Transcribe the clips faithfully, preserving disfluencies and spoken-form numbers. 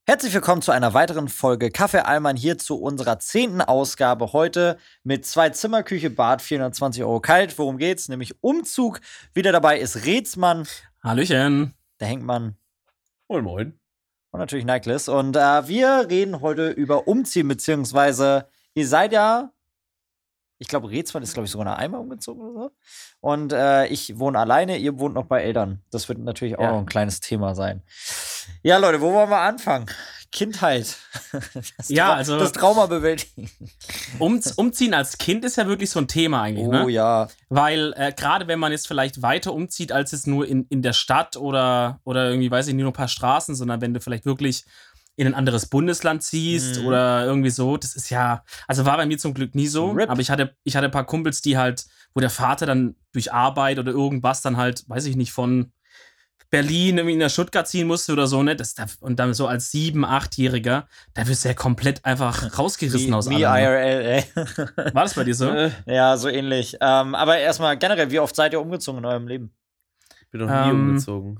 Herzlich willkommen zu einer weiteren Folge Kaffee Allmann hier zu unserer zehnten Ausgabe. Heute mit zwei Zimmerküche, Bad, vierhundertzwanzig Euro kalt. Worum geht's? Nämlich Umzug. Wieder dabei ist Rätsmann. Hallöchen. Der Henkmann. Moin, moin. Und natürlich Niklas. Und äh, wir reden heute über Umziehen, beziehungsweise ihr seid ja, ich glaube, Rätsmann ist, glaube ich, sogar noch einmal umgezogen oder so. Und äh, ich wohne alleine, ihr wohnt noch bei Eltern. Das wird natürlich auch Ja. noch ein kleines Thema sein. Ja, Leute, wo wollen wir anfangen? Kindheit. Das Ja, Trau- also- Das Trauma bewältigen. Um, umziehen als Kind ist ja wirklich so ein Thema eigentlich, Oh ne? ja. Weil äh, gerade wenn man jetzt vielleicht weiter umzieht, als jetzt nur in, in der Stadt oder, oder irgendwie, weiß ich nicht, nur ein paar Straßen, sondern wenn du vielleicht wirklich in ein anderes Bundesland ziehst Mhm. oder irgendwie so, das ist ja, also war bei mir zum Glück nie so, Rip. aber ich hatte, ich hatte ein paar Kumpels, die halt, wo der Vater dann durch Arbeit oder irgendwas dann halt, weiß ich nicht, von Berlin irgendwie nach Stuttgart ziehen musste oder so, ne? Das, und dann so als sieben-, achtjähriger, da wirst du ja komplett einfach rausgerissen Me, aus me allem. I R L, ey. War das bei dir so? Äh, Ja, so ähnlich. Ähm, aber erstmal generell, wie oft seid ihr umgezogen in eurem Leben? bin noch nie Ähm, umgezogen.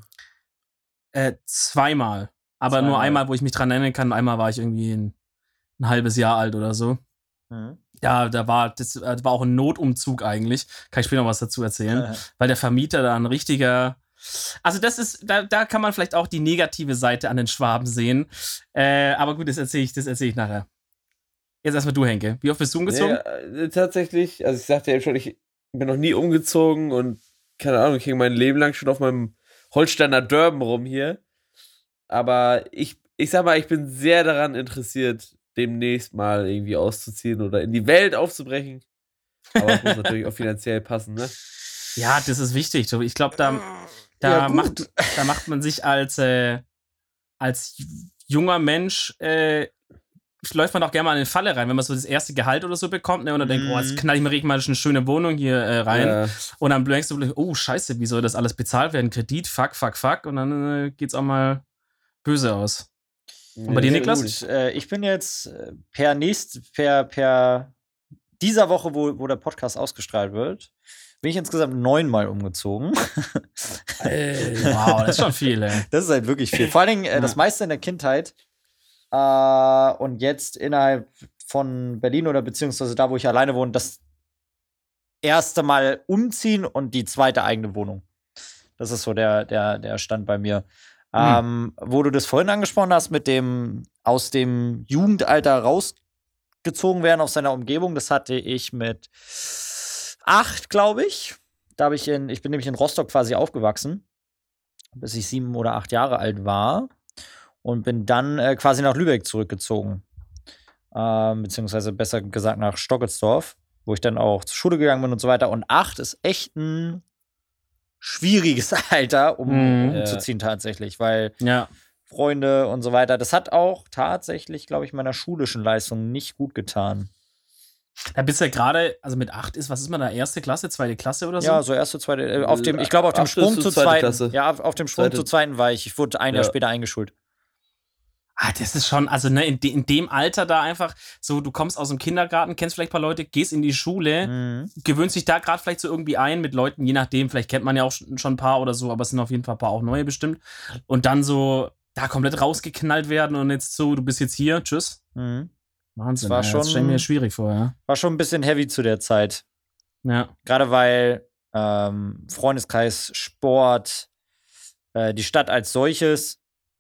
Äh, zweimal. Aber Zweimal. nur einmal, wo ich mich dran erinnern kann. Einmal war ich irgendwie ein, ein halbes Jahr alt oder so. Mhm. Ja, da war, das äh, war auch ein Notumzug eigentlich. Kann ich später noch was dazu erzählen. Weil der Vermieter da ein richtiger. Also, das ist, da, da kann man vielleicht auch die negative Seite an den Schwaben sehen. Äh, aber gut, das erzähle ich, das erzähle ich nachher. Jetzt erstmal du, Henke. Wie oft bist du umgezogen? Nee, äh, tatsächlich, also ich sagte ja eben schon, ich bin noch nie umgezogen und keine Ahnung, ich hänge mein Leben lang schon auf meinem Holsteiner Dörben rum hier. Aber ich, ich sag mal, ich bin sehr daran interessiert, demnächst mal irgendwie auszuziehen oder in die Welt aufzubrechen. Aber es muss natürlich auch finanziell passen, ne? Ja, das ist wichtig. So, ich glaube, da, da, Ja, gut. macht, da macht man sich als, äh, als junger Mensch, äh, läuft man auch gerne mal in eine Falle rein, wenn man so das erste Gehalt oder so bekommt, ne, und dann denkt, oh, jetzt Mhm. knall ich mir richtig mal eine schöne Wohnung hier äh, rein. Ja. Und dann denkst du, oh, scheiße, wie soll das alles bezahlt werden? Kredit, fuck, fuck, fuck. Und dann äh, geht's auch mal böse aus. Und bei dir, Ja, Niklas? Gut, äh, ich bin jetzt äh, per nächst, per, per dieser Woche, wo, wo der Podcast ausgestrahlt wird, bin ich insgesamt neunmal umgezogen. Ey, wow, das ist schon viel, ey. Das ist halt wirklich viel. Vor allen Dingen äh, Ja. das meiste in der Kindheit. Äh, und jetzt innerhalb von Berlin oder beziehungsweise da, wo ich alleine wohne, das erste Mal umziehen und die zweite eigene Wohnung. Das ist so der, der, der Stand bei mir. Ähm, wo du das vorhin angesprochen hast, mit dem aus dem Jugendalter rausgezogen werden aus seiner Umgebung, das hatte ich mit acht, glaube ich. Da habe ich in, ich bin nämlich in Rostock quasi aufgewachsen, bis ich sieben oder acht Jahre alt war. Und bin dann äh, quasi nach Lübeck zurückgezogen. Ähm, beziehungsweise besser gesagt nach Stockelsdorf, wo ich dann auch zur Schule gegangen bin und so weiter. Und acht ist echt ein schwieriges Alter, um Mhm. umzuziehen tatsächlich, weil Ja. Freunde und so weiter. Das hat auch tatsächlich, glaube ich, meiner schulischen Leistung nicht gut getan. Da bist du ja gerade, also mit acht ist, was ist man da, erste Klasse, zweite Klasse oder so? Ja, so erste, zweite, äh, auf dem, ich glaube, auf dem Achte Sprung ist so zur zweite zweiten. Klasse. Ja, auf, auf dem Sprung Zweite- zur zweiten war ich. Ich wurde ein Jahr Ja. später eingeschult. Ah, das ist schon, also ne, in, de, in dem Alter da einfach so, du kommst aus dem Kindergarten, kennst vielleicht ein paar Leute, gehst in die Schule, Mhm. gewöhnst dich da gerade vielleicht so irgendwie ein mit Leuten, je nachdem, vielleicht kennt man ja auch schon schon ein paar oder so, aber es sind auf jeden Fall ein paar auch neue bestimmt. Und dann so da komplett rausgeknallt werden und jetzt so, du bist jetzt hier, tschüss. Mhm. Wahnsinn, Das war ey, schon- das stelle ich mir schwierig vor, ja. War schon ein bisschen heavy zu der Zeit. Ja. Gerade weil ähm, Freundeskreis, Sport, äh, die Stadt als solches,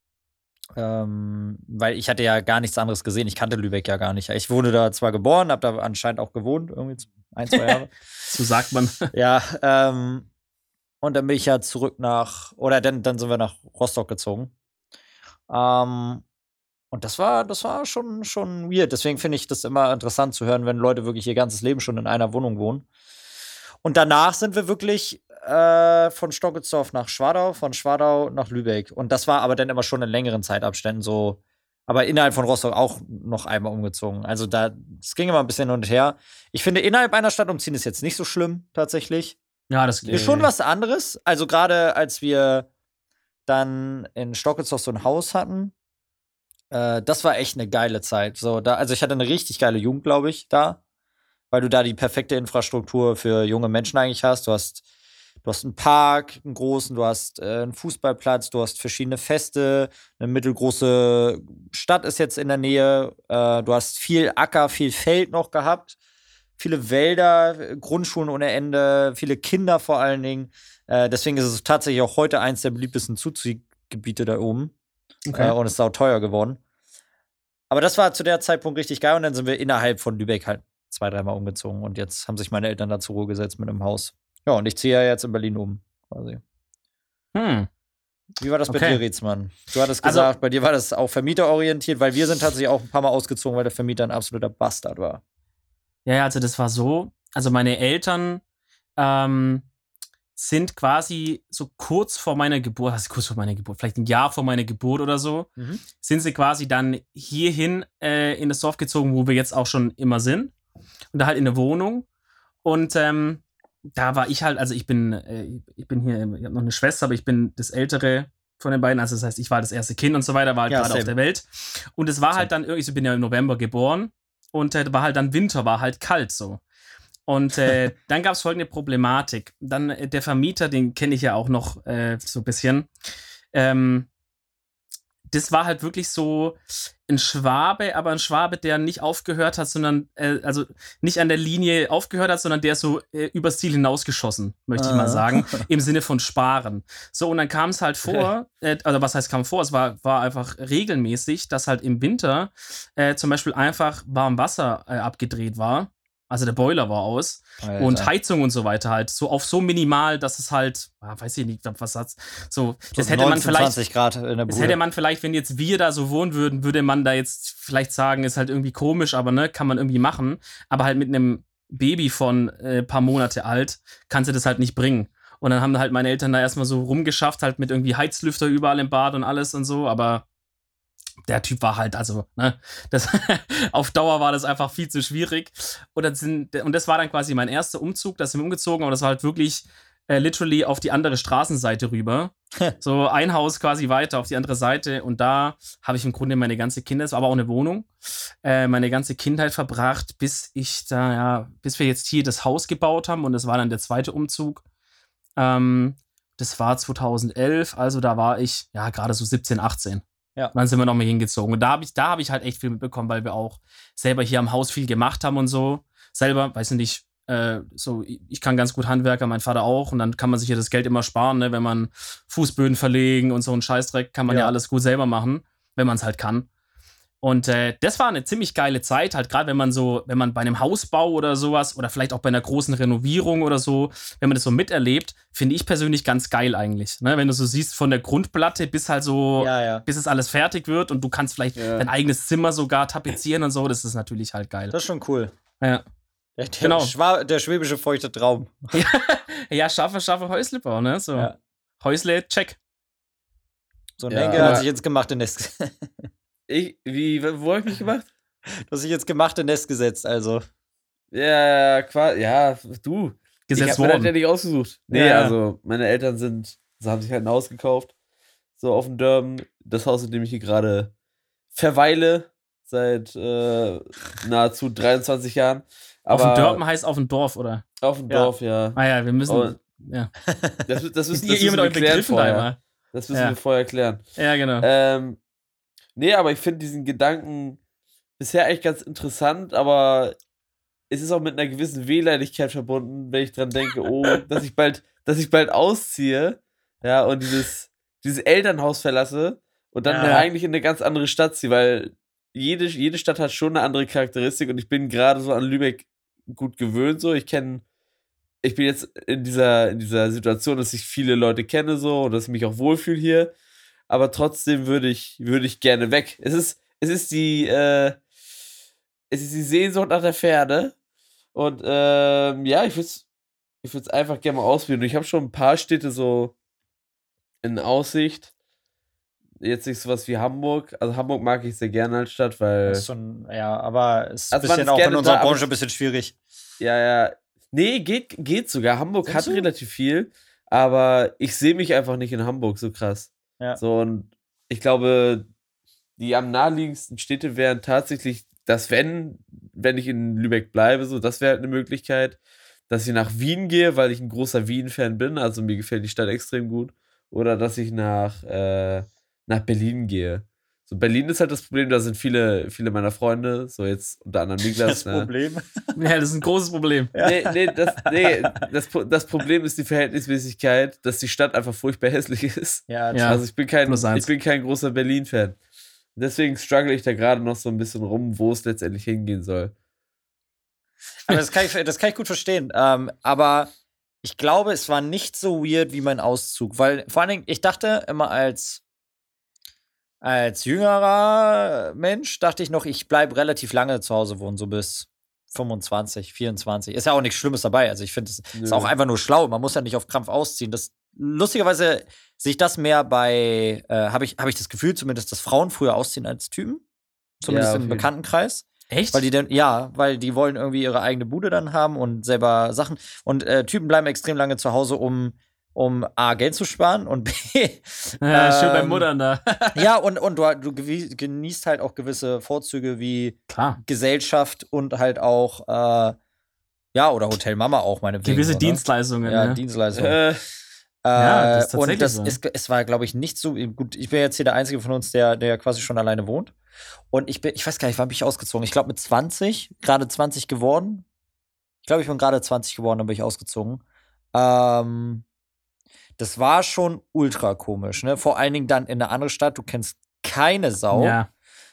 ähm, weil ich hatte ja gar nichts anderes gesehen. Ich kannte Lübeck ja gar nicht. Ich wurde da zwar geboren, habe da anscheinend auch gewohnt, irgendwie ein, zwei Jahre. So sagt man. Ja, ähm, und dann bin ich ja zurück nach, oder dann, dann sind wir nach Rostock gezogen. Ähm, und das war, das war schon, schon weird. Deswegen finde ich das immer interessant zu hören, wenn Leute wirklich ihr ganzes Leben schon in einer Wohnung wohnen. Und danach sind wir wirklich äh, von Stockelsdorf nach Schwadau, von Schwadau nach Lübeck. Und das war aber dann immer schon in längeren Zeitabständen so. Aber innerhalb von Rostock auch noch einmal umgezogen. Also da, es ging immer ein bisschen hin und her. Ich finde, innerhalb einer Stadt umziehen ist jetzt nicht so schlimm, tatsächlich. Ja, das Ist schon was anderes. Also gerade als wir dann in Stockelsdorf so ein Haus hatten, äh, das war echt eine geile Zeit. So, da, also ich hatte eine richtig geile Jugend, glaube ich, da. Weil du da die perfekte Infrastruktur für junge Menschen eigentlich hast. Du hast Du hast einen Park, einen großen, du hast äh, einen Fußballplatz, du hast verschiedene Feste, eine mittelgroße Stadt ist jetzt in der Nähe, äh, du hast viel Acker, viel Feld noch gehabt, viele Wälder, Grundschulen ohne Ende, viele Kinder vor allen Dingen. Äh, deswegen ist es tatsächlich auch heute eins der beliebtesten Zuziehgebiete da oben. Okay. Äh, und ist sau teuer geworden. Aber das war zu der Zeitpunkt richtig geil und dann sind wir innerhalb von Lübeck halt zwei, dreimal umgezogen und jetzt haben sich meine Eltern da zur Ruhe gesetzt mit einem Haus. Ja, und ich ziehe ja jetzt in Berlin um, quasi. Hm. Wie war das bei Okay. dir, Rietzmann? Du hattest Also- gesagt, bei dir war das auch vermieterorientiert, weil wir sind tatsächlich auch ein paar Mal ausgezogen, weil der Vermieter ein absoluter Bastard war. Ja, ja, also das war so. Also meine Eltern ähm, sind quasi so kurz vor meiner Geburt, also kurz vor meiner Geburt, vielleicht ein Jahr vor meiner Geburt oder so, Mhm. sind sie quasi dann hierhin äh, in das Dorf gezogen, wo wir jetzt auch schon immer sind. Und da halt in der Wohnung. Und ähm, da war ich halt, also ich bin, äh, ich bin hier, ich habe noch eine Schwester, aber ich bin das Ältere von den beiden. Also das heißt, ich war das erste Kind und so weiter, war halt Ja, gerade auf same. der Welt. Und es war Same. halt dann irgendwie, ich bin ja im November geboren und äh, war halt dann Winter, war halt kalt so. Und äh, dann gab es folgende Problematik. Dann äh, der Vermieter, den kenne ich ja auch noch äh, so ein bisschen. Ähm, das war halt wirklich so ein Schwabe, aber ein Schwabe, der nicht aufgehört hat, sondern, äh, also nicht an der Linie aufgehört hat, sondern der so äh, übers Ziel hinausgeschossen, möchte ich Ah. mal sagen, im Sinne von Sparen. So, und dann kam es halt vor, äh, also was heißt kam vor, es war, war einfach regelmäßig, dass halt im Winter äh, zum Beispiel einfach warm Wasser äh, abgedreht war. Also der Boiler war aus. Alter. Und Heizung und so weiter halt. So auf so minimal, dass es halt, ah, weiß ich nicht, was hat's. So, das So hätte man neunzehn, vielleicht. zwanzig Grad in der Das Bude. hätte man vielleicht, wenn jetzt wir da so wohnen würden, würde man da jetzt vielleicht sagen, ist halt irgendwie komisch, aber ne, kann man irgendwie machen. Aber halt mit einem Baby von äh, paar Monate alt kannst du das halt nicht bringen. Und dann haben halt meine Eltern da erstmal so rumgeschafft, halt mit irgendwie Heizlüfter überall im Bad und alles und so, aber der Typ war halt, also, ne, das, auf Dauer war das einfach viel zu schwierig. Und, dann sind, und das war dann quasi mein erster Umzug, da sind wir umgezogen, aber das war halt wirklich äh, literally auf die andere Straßenseite rüber. So ein Haus quasi weiter auf die andere Seite. Und da habe ich im Grunde meine ganze Kindheit, es war aber auch eine Wohnung, äh, meine ganze Kindheit verbracht, bis ich da, ja, bis wir jetzt hier das Haus gebaut haben. Und das war dann der zweite Umzug. Ähm, das war zweitausendelf, also da war ich, ja, gerade so siebzehn, achtzehn. Ja. Und dann sind wir nochmal hingezogen. Und da habe ich, da hab ich halt echt viel mitbekommen, weil wir auch selber hier am Haus viel gemacht haben und so. Selber, weiß nicht, äh, so, ich kann ganz gut Handwerker, mein Vater auch. Und dann kann man sich ja das Geld immer sparen, ne? Wenn man Fußböden verlegen und so einen Scheißdreck, kann man ja, Ja. alles gut selber machen, wenn man es halt kann. Und äh, das war eine ziemlich geile Zeit, halt gerade wenn man so, wenn man bei einem Hausbau oder sowas oder vielleicht auch bei einer großen Renovierung oder so, wenn man das so miterlebt, finde ich persönlich ganz geil eigentlich. Ne? Wenn du so siehst, von der Grundplatte bis halt so, Ja, ja. bis es alles fertig wird und du kannst vielleicht Ja. dein eigenes Zimmer sogar tapezieren und so, das ist natürlich halt geil. Das ist schon cool. Ja, Der, der, Genau. Schwa der schwäbische feuchte Traum. ja schaffe, schaffe Häusle bauen, ne? So. Ja. Häusle, check. So ein Ja, Enkel aber- hat sich ins gemachte Nest. Ich, wie, wo hab ich mich gemacht? Du hast dich ins gemachte Nest gesetzt, also. Ja, quasi, ja, du. Gesetzt ich hab mir das ja worden. nicht ausgesucht. Nee, Ja. also meine Eltern sind, sie haben sich halt ein Haus gekauft. So auf dem Dörben. Das Haus, in dem ich hier gerade verweile. Seit äh, nahezu dreiundzwanzig Jahren. Auf Aber dem Dörpen heißt auf dem Dorf, oder? Auf dem Ja. Dorf, ja. Ah ja, wir müssen. Oh. ja. Das, das, das, das ihr, ihr mit müssen wir euren klären Begriffen da vorher. immer. Das müssen Ja. wir vorher klären. Ja, genau. Ähm, nee, aber ich finde diesen Gedanken bisher echt ganz interessant, aber es ist auch mit einer gewissen Wehleidigkeit verbunden, wenn ich dran denke, oh, dass ich bald, dass ich bald ausziehe, ja, und dieses, dieses Elternhaus verlasse und dann Ja. eigentlich in eine ganz andere Stadt ziehe, weil jede, jede Stadt hat schon eine andere Charakteristik und ich bin gerade so an Lübeck gut gewöhnt, so, ich kenne ich bin jetzt in dieser, in dieser Situation, dass ich viele Leute kenne so und dass ich mich auch wohlfühle hier, aber trotzdem würde ich, würde ich gerne weg. Es ist, es ist die, äh, es ist die Sehnsucht nach der Ferne und ähm, ja, ich würde es ich würd's einfach gerne mal ausprobieren. Und ich habe schon ein paar Städte so in Aussicht. Jetzt nicht sowas wie Hamburg. Also Hamburg mag ich sehr gerne als Stadt, weil Das ist schon, ja, aber es ist Also ein man bisschen ist auch in gerne unserer da, aber- Branche ein bisschen schwierig. Ja, ja. Nee, geht, geht sogar. Hamburg Findest hat du? relativ viel, aber ich sehe mich einfach nicht in Hamburg so krass. Ja. So, und ich glaube, die am naheliegendsten Städte wären tatsächlich, dass wenn, wenn ich in Lübeck bleibe, so, das wäre halt eine Möglichkeit. dass ich nach Wien gehe, weil ich ein großer Wien-Fan bin, also mir gefällt die Stadt extrem gut, oder dass ich nach, äh, nach Berlin gehe. So, Berlin ist halt das Problem, da sind viele, viele meiner Freunde, so jetzt unter anderem Niklas. Das Problem. Ne? Ja, das ist ein großes Problem. Ja. Nee, nee, das, nee das, das Problem ist die Verhältnismäßigkeit, dass die Stadt einfach furchtbar hässlich ist. Ja, Ja. Also ich bin kein, plus eins. ich bin kein großer Berlin-Fan. Deswegen struggle ich da gerade noch so ein bisschen rum, wo es letztendlich hingehen soll. aber das kann ich, das kann ich gut verstehen. Ähm, aber ich glaube, es war nicht so weird wie mein Auszug, weil vor allen Dingen, ich dachte immer als, als jüngerer Mensch, dachte ich noch, ich bleibe relativ lange zu Hause wohnen, so bis fünfundzwanzig, vierundzwanzig. Ist ja auch nichts Schlimmes dabei. Also ich finde, es ist auch einfach nur schlau. Man muss ja nicht auf Krampf ausziehen. Das, lustigerweise sehe ich das mehr bei, äh, habe ich, hab ich das Gefühl zumindest, dass Frauen früher ausziehen als Typen. Zumindest Ja, im auf jeden Bekanntenkreis. Echt? Weil die dann, ja, weil die wollen irgendwie ihre eigene Bude dann haben und selber Sachen. Und äh, Typen bleiben extrem lange zu Hause, um, um A, Geld zu sparen und B, ja, schön bei ähm, Muttern da. ja, und, und du, du gewie- genießt halt auch gewisse Vorzüge wie Klar. Gesellschaft und halt auch, äh, ja, oder Hotel Mama auch, meinetwegen. Gewisse so, ne? Dienstleistungen. Ja, ne? Dienstleistungen. Äh, Ja, das ist Äh, und tatsächlich das so. ist, es war, glaube ich, nicht so gut. Ich bin jetzt hier der Einzige von uns, der, der quasi schon alleine wohnt. Und ich bin, ich weiß gar nicht, wann bin ich ausgezogen? Ich glaube mit zwanzig, gerade zwanzig geworden. Ich glaube, ich bin gerade zwanzig geworden, dann bin ich ausgezogen. Ähm, das war schon ultra komisch, ne? Vor allen Dingen dann in eine andere Stadt, du kennst keine Sau. Ja.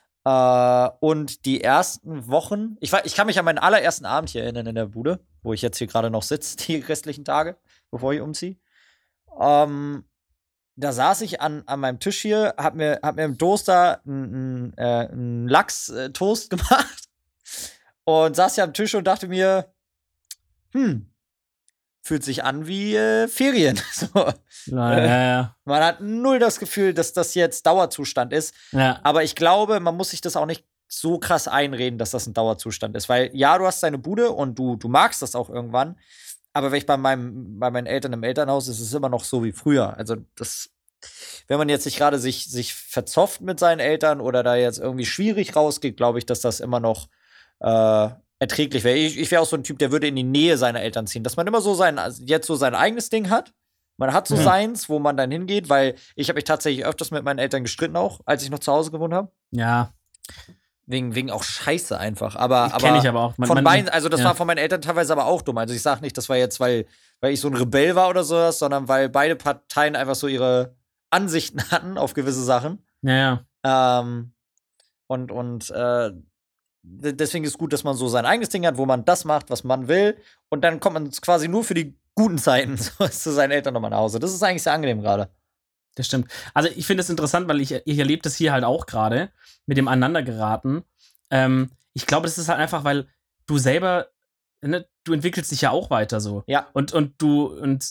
Äh, und die ersten Wochen, ich, war, ich kann mich an meinen allerersten Abend hier erinnern in der Bude, wo ich jetzt hier gerade noch sitze, die restlichen Tage, bevor ich umziehe. Ähm, da saß ich an, an meinem Tisch hier, hab mir, hab mir im Toaster einen äh, einen Lachs-Toast gemacht und saß hier am Tisch und dachte mir, hm, fühlt sich an wie äh, Ferien. So. Ja, ja, ja. Man hat null das Gefühl, dass das jetzt Dauerzustand ist. ja. Aber ich glaube, man muss sich das auch nicht so krass einreden, dass das ein Dauerzustand ist. Weil ja, du hast deine Bude und du, du magst das auch irgendwann. Aber wenn ich bei, meinem, bei meinen Eltern im Elternhaus ist es immer noch so wie früher. Also das, wenn man jetzt nicht gerade sich, sich verzofft mit seinen Eltern oder da jetzt irgendwie schwierig rausgeht, glaube ich, dass das immer noch äh, erträglich wäre. Ich, ich wäre auch so ein Typ, der würde in die Nähe seiner Eltern ziehen. Dass man immer so sein, also jetzt so sein eigenes Ding hat. Man hat so Mhm. seins, wo man dann hingeht, weil ich habe mich tatsächlich öfters mit meinen Eltern gestritten auch, als ich noch zu Hause gewohnt habe. ja. Wegen, wegen auch Scheiße einfach. Aber, Ich aber kenn ich aber auch. Man- von man- beiden, also das ja. war von meinen Eltern teilweise aber auch dumm. Also ich sag nicht, das war jetzt, weil, weil ich so ein Rebell war oder sowas, sondern weil beide Parteien einfach so ihre Ansichten hatten auf gewisse Sachen. Ja, ja. Ähm, und und äh, d- deswegen ist gut, dass man so sein eigenes Ding hat, wo man das macht, was man will. Und dann kommt man quasi nur für die guten Zeiten so, zu seinen Eltern nochmal nach Hause. Das ist eigentlich sehr angenehm gerade. Das stimmt. Also ich finde es interessant, weil ich, ich erlebe das hier halt auch gerade mit dem Aneinandergeraten. Ähm, ich glaube, das ist halt einfach, weil du selber, ne, du entwickelst dich ja auch weiter so. Ja. Und, und du, und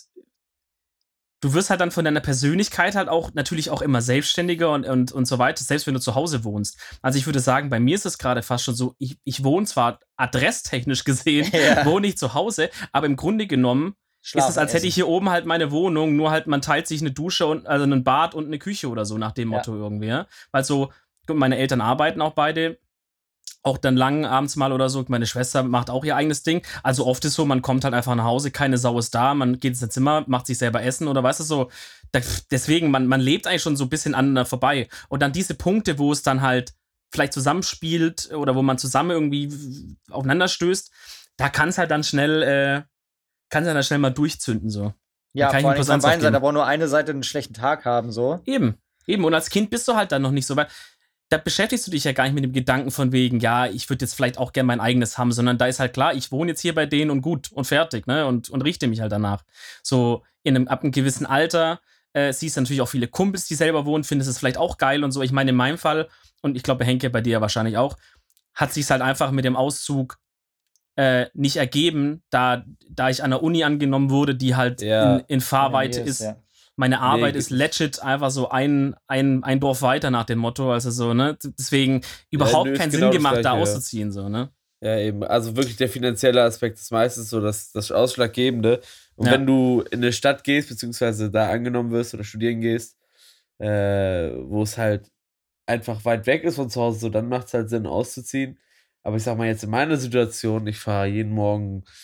du wirst halt dann von deiner Persönlichkeit halt auch natürlich auch immer selbstständiger und, und, und so weiter, selbst wenn du zu Hause wohnst. Also ich würde sagen, bei mir ist es gerade fast schon so, ich, ich wohne zwar adresstechnisch gesehen, Ja. wohne ich zu Hause, aber im Grunde genommen ist es, als hätte ich hier oben halt meine Wohnung, nur halt man teilt sich eine Dusche und also ein Bad und eine Küche oder so nach dem Ja. Motto irgendwie. Ja? Weil so, meine Eltern arbeiten auch beide, auch dann lang abends mal oder so. Meine Schwester macht auch ihr eigenes Ding. Also oft ist so, man kommt halt einfach nach Hause, keine Sau ist da, man geht ins Zimmer, macht sich selber Essen oder weißt du so. Da, deswegen, man, man lebt eigentlich schon so ein bisschen aneinander vorbei. Und dann diese Punkte, wo es dann halt vielleicht zusammenspielt oder wo man zusammen irgendwie aufeinander stößt, da kann es halt dann schnell, äh, kann es dann schnell mal durchzünden so. Ja, Da kann ich vor einen allem von Brisanz beiden Seiten, aufgeben. da braucht nur eine Seite einen schlechten Tag haben, so. Eben, eben. Und als Kind bist du halt dann noch nicht so weit. Da beschäftigst du dich ja gar nicht mit dem Gedanken von wegen, ja, ich würde jetzt vielleicht auch gerne mein eigenes haben, sondern da ist halt klar, ich wohne jetzt hier bei denen und gut und fertig, ne? Und, und richte mich halt danach. So in einem, ab einem gewissen Alter äh, siehst du natürlich auch viele Kumpels, die selber wohnen, findest es vielleicht auch geil und so. Ich meine, in meinem Fall, und ich glaube, Henke, bei dir ja wahrscheinlich auch, hat sich halt einfach mit dem Auszug äh, nicht ergeben, da, da ich an der Uni angenommen wurde, die halt Ja. in, in Fahrweite ist. Ja. Meine Arbeit Nee, ist legit einfach so ein, ein, ein Dorf weiter nach dem Motto. Also so, ne? Deswegen überhaupt nö, ist keinen genau Sinn das gemacht, da Gleiche, ja. auszuziehen, so, ne? Ja, eben. Also wirklich der finanzielle Aspekt ist meistens so das, das Ausschlaggebende. Und Ja. wenn du in eine Stadt gehst, beziehungsweise da angenommen wirst oder studieren gehst, äh, wo es halt einfach weit weg ist von zu Hause, so, dann macht es halt Sinn, auszuziehen. Aber ich sag mal jetzt in meiner Situation, ich fahre jeden Morgen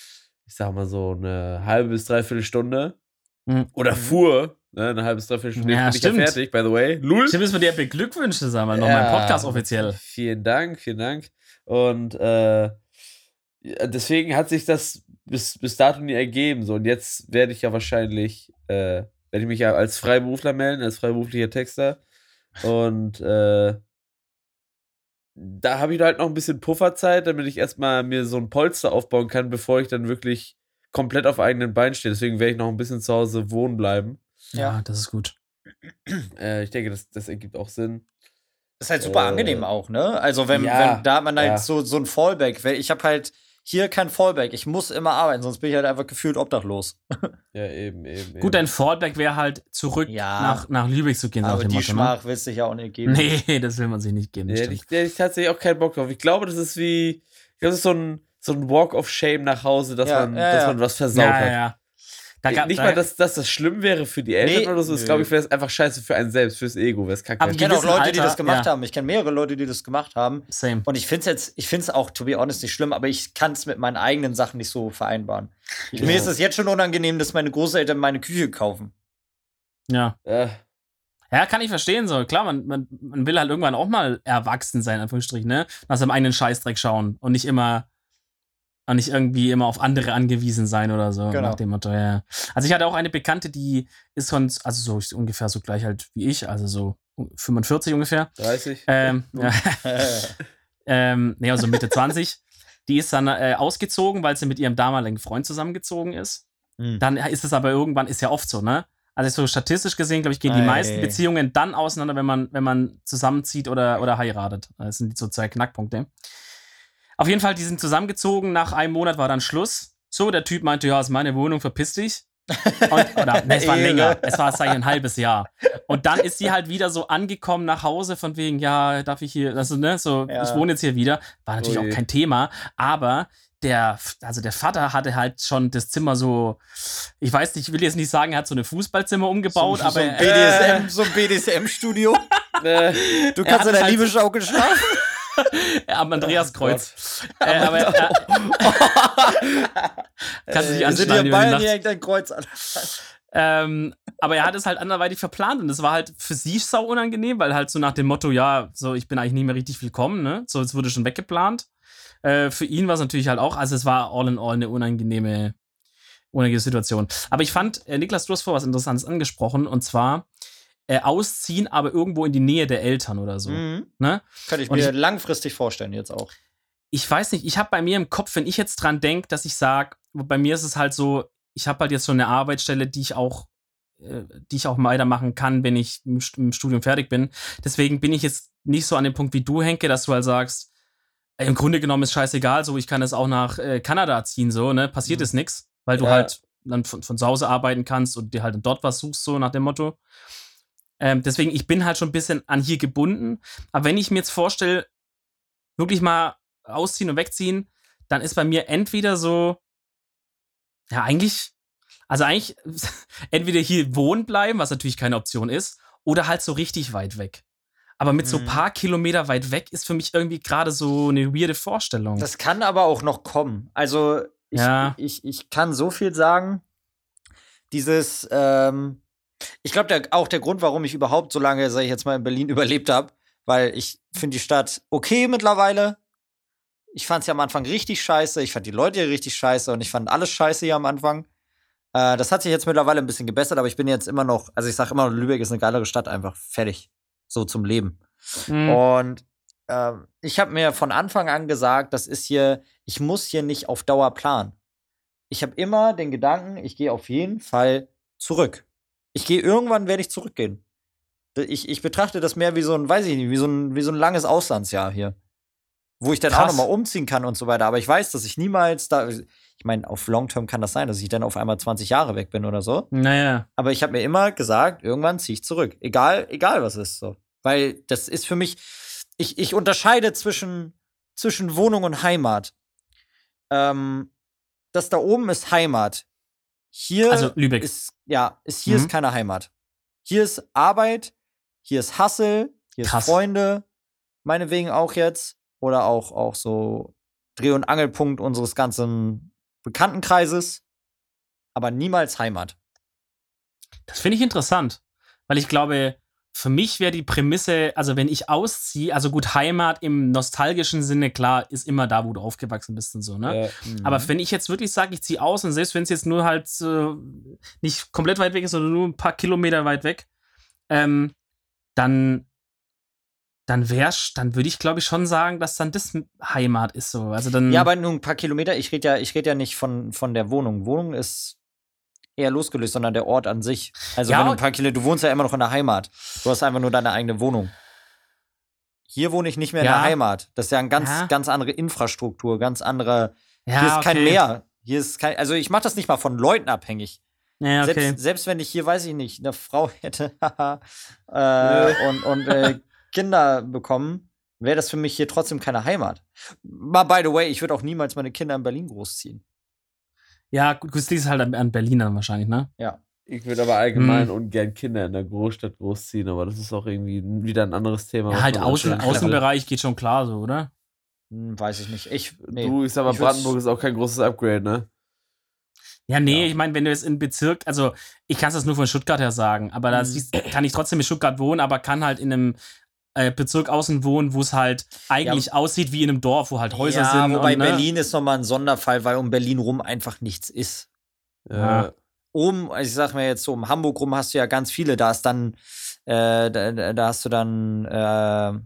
ich sag mal so, eine halbe bis dreiviertel Stunde. Mhm. Oder fuhr, ne, eine halbe bis dreiviertel Stunde. Ja, Jetzt bin ich ja fertig, by the way. Lul. Stimmt, müssen wir dir beglückwünschen, sagen wir noch Ja, mal im Podcast offiziell. Vielen Dank, vielen Dank. Und äh, deswegen hat sich das bis, bis dato nie ergeben. So. Und jetzt werde ich ja wahrscheinlich, äh, werde ich mich ja als Freiberufler melden, als freiberuflicher Texter. Und äh, da habe ich halt noch ein bisschen Pufferzeit, damit ich erstmal mir so ein Polster aufbauen kann, bevor ich dann wirklich komplett auf eigenen Beinen stehe. Deswegen werde ich noch ein bisschen zu Hause wohnen bleiben. Ja, das ist gut. Äh, ich denke, das, das ergibt auch Sinn. Das ist halt super Äh, angenehm auch, ne? Also, wenn, ja, wenn da hat man halt ja. so, so ein Fallback. Weil ich habe halt hier kein Fallback. Ich muss immer arbeiten, sonst bin ich halt einfach gefühlt obdachlos. Ja, eben, eben. Gut, eben. dein Fallback wäre halt zurück Ja. nach, nach Lübeck zu gehen. nach Aber dem die Motto, ne? Schmach willst du dich ja auch nicht geben. Nee, das will man sich nicht geben. Nee, das hätte stimmt. ich, hätte ich tatsächlich auch keinen Bock drauf. Ich glaube, das ist wie, ich glaube, das ist so ein, so ein Walk of Shame nach Hause, dass, Ja, man, ja, dass ja. man was versaut Ja, hat. ja, ja. Da gab, Nicht da, mal, dass, dass das schlimm wäre für die Eltern Nee, oder so. Das nö. glaube ich, wäre es einfach scheiße für einen selbst, fürs Ego, wäre es kacke. Aber Ich kenne auch gewissen Leute, die Alter, das gemacht ja. haben. Ich kenne mehrere Leute, die das gemacht haben. Same. Und ich finde es jetzt, ich finde es auch, to be honest, nicht schlimm, aber ich kann es mit meinen eigenen Sachen nicht so vereinbaren. Ich, Ja. Mir ist es jetzt schon unangenehm, dass meine Großeltern meine Küche kaufen. Ja. Äh, Ja, kann ich verstehen. So, klar, man, man, man will halt irgendwann auch mal erwachsen sein, in Anführungsstrichen, ne? Nach seinem eigenen Scheißdreck schauen und nicht immer und nicht irgendwie immer auf andere angewiesen sein oder so, Genau. nach dem Motto, ja. Also ich hatte auch eine Bekannte, die ist sonst, also so ist ungefähr so gleich halt wie ich, also so fünfundvierzig ungefähr. dreißig. Ähm, ja, ähm, nee, also Mitte zwanzig. Die ist dann äh, ausgezogen, weil sie mit ihrem damaligen Freund zusammengezogen ist. Hm. Dann ist es aber irgendwann, ist ja oft so, ne? Also so statistisch gesehen, glaube ich, gehen die Ei. meisten Beziehungen dann auseinander, wenn man, wenn man zusammenzieht oder, oder heiratet. Das sind die so zwei Knackpunkte. Auf jeden Fall, die sind zusammengezogen. Nach einem Monat war dann Schluss. So, der Typ meinte, ja, ist meine Wohnung, verpiss dich. Und, oder, nee, es war Ehre. länger. Es war, sag ich, ein halbes Jahr. Und dann ist sie halt wieder so angekommen nach Hause, von wegen, ja, darf ich hier, also, ne, so, Ja. ich wohne jetzt hier wieder. War natürlich Ui. auch kein Thema, aber der, also der Vater hatte halt schon das Zimmer so, ich weiß nicht, ich will jetzt nicht sagen, er hat so eine Fußballzimmer umgebaut, so, aber so ein äh, B D S M, so ein B D S M-Studio. Äh, Du Er kannst hat in der halt- Liebe-Schaukel schlafen. am Andreaskreuz. äh, aber äh, kannst du dich Äh, sind anschnallen hier über die Bayern, Nacht. hier hängt ein Kreuz an. Ähm, aber er hat es halt anderweitig verplant und es war halt für sie sau unangenehm, weil halt so nach dem Motto, ja, so ich bin eigentlich nicht mehr richtig willkommen, ne? So, es wurde schon weggeplant. Äh, für ihn war es natürlich halt auch, also es war all in all eine unangenehme, unangenehme Situation. Aber ich fand, äh, Niklas, du hast vor was Interessantes angesprochen und zwar äh, ausziehen, aber irgendwo in die Nähe der Eltern oder so. Mhm. Ne? Könnte ich Und mir ich- langfristig vorstellen, jetzt auch. Ich weiß nicht, ich habe bei mir im Kopf, wenn ich jetzt dran denke, dass ich sage, bei mir ist es halt so, ich habe halt jetzt so eine Arbeitsstelle, die ich auch, äh, die ich auch weitermachen kann, wenn ich im St- im Studium fertig bin. Deswegen bin ich jetzt nicht so an dem Punkt wie du, Henke, dass du halt sagst, ey, im Grunde genommen ist scheißegal, so ich kann das auch nach äh, Kanada ziehen, so, ne? Passiert Mhm. ist nix, weil du Ja. halt dann von, von zu Hause arbeiten kannst und dir halt dann dort was suchst, so nach dem Motto. Ähm, deswegen, ich bin halt schon ein bisschen an hier gebunden. Aber wenn ich mir jetzt vorstelle, wirklich mal ausziehen und wegziehen, dann ist bei mir entweder so, ja, eigentlich, also eigentlich entweder hier wohnen bleiben, was natürlich keine Option ist, oder halt so richtig weit weg. Aber mit so ein Mhm. paar Kilometer weit weg ist für mich irgendwie gerade so eine weirde Vorstellung. Das kann aber auch noch kommen. Also, ich, Ja. ich, ich kann so viel sagen. Dieses, ähm, ich glaube, der, auch der Grund, warum ich überhaupt so lange, sag ich jetzt mal, in Berlin überlebt habe, weil ich finde die Stadt okay mittlerweile. Ich fand es ja am Anfang richtig scheiße. Ich fand die Leute hier richtig scheiße und ich fand alles scheiße hier am Anfang. Äh, das hat sich jetzt mittlerweile ein bisschen gebessert, aber ich bin jetzt immer noch, also ich sage immer noch, Lübeck ist eine geilere Stadt, einfach fertig. So zum Leben. Mhm. Und ähm, ich habe mir von Anfang an gesagt, das ist hier, ich muss hier nicht auf Dauer planen. Ich habe immer den Gedanken, ich gehe auf jeden Fall zurück. Ich gehe irgendwann, werde ich zurückgehen. Ich, ich betrachte das mehr wie so ein, weiß ich nicht, wie so ein, wie so ein langes Auslandsjahr hier. Wo ich dann Krass. auch noch mal umziehen kann und so weiter. Aber ich weiß, dass ich niemals da, ich meine, auf Long-Term kann das sein, dass ich dann auf einmal zwanzig Jahre weg bin oder so. Naja. Aber ich habe mir immer gesagt, irgendwann ziehe ich zurück. Egal, egal was ist so. Weil das ist für mich, ich, ich unterscheide zwischen, zwischen Wohnung und Heimat. Ähm, das da oben ist Heimat. Hier Also Lübeck. ist, ja, ist, hier Mhm. ist keine Heimat. Hier ist Arbeit, hier ist Hustle, hier Krass. ist Freunde, meinetwegen auch jetzt. Oder auch, auch so Dreh- und Angelpunkt unseres ganzen Bekanntenkreises, aber niemals Heimat. Das finde ich interessant, weil ich glaube, für mich wäre die Prämisse, also wenn ich ausziehe, also gut, Heimat im nostalgischen Sinne, klar, ist immer da, wo du aufgewachsen bist und so, ne? Ja. Mhm. Aber wenn ich jetzt wirklich sage, ich ziehe aus und selbst wenn es jetzt nur halt äh, nicht komplett weit weg ist, sondern nur ein paar Kilometer weit weg, ähm, dann dann wär's, dann würde ich glaube ich schon sagen, dass dann das Heimat ist so. Also dann Ja, aber nur ein paar Kilometer. Ich rede ja, ich rede ja nicht von, von der Wohnung. Wohnung ist eher losgelöst, sondern der Ort an sich. Also Ja, wenn du ein paar Kilometer, du wohnst ja immer noch in der Heimat. Du hast einfach nur deine eigene Wohnung. Hier wohne ich nicht mehr in Ja. der Heimat. Das ist ja eine ganz, Ja. ganz andere Infrastruktur, ganz andere. ja, Hier ist kein okay. Meer. Hier ist kein, also ich mache das nicht mal von Leuten abhängig. Ja, okay. Selbst, selbst wenn ich hier, weiß ich nicht, eine Frau hätte äh, und, und äh, Kinder bekommen, wäre das für mich hier trotzdem keine Heimat. Mal by the way, ich würde auch niemals meine Kinder in Berlin großziehen. Ja, gut, das liegt halt an, an Berlin dann wahrscheinlich, ne? Ja. Ich würde aber allgemein Hm. ungern Kinder in der Großstadt großziehen, aber das ist auch irgendwie wieder ein anderes Thema. Ja, was halt man Außen, ansprechen kann. Außenbereich geht schon klar so, oder? Hm, weiß ich nicht. Ich, nee. Du, ich sag mal, Ich würd's- Brandenburg ist auch kein großes Upgrade, ne? Ja, nee, Ja. ich meine, wenn du jetzt in Bezirk, also ich kann es nur von Stuttgart her sagen, aber da Mhm. siehst- kann ich trotzdem in Stuttgart wohnen, aber kann halt in einem äh, Bezirk außen wohnen, wo es halt eigentlich aussieht wie in einem Dorf, wo halt Häuser ja, sind. wobei und, ne? Berlin ist nochmal ein Sonderfall, weil um Berlin rum einfach nichts ist. Ja. Äh, Um, also ich sag mir jetzt so, um Hamburg rum hast du ja ganz viele. Da ist dann, äh, da, da da hast du dann, äh,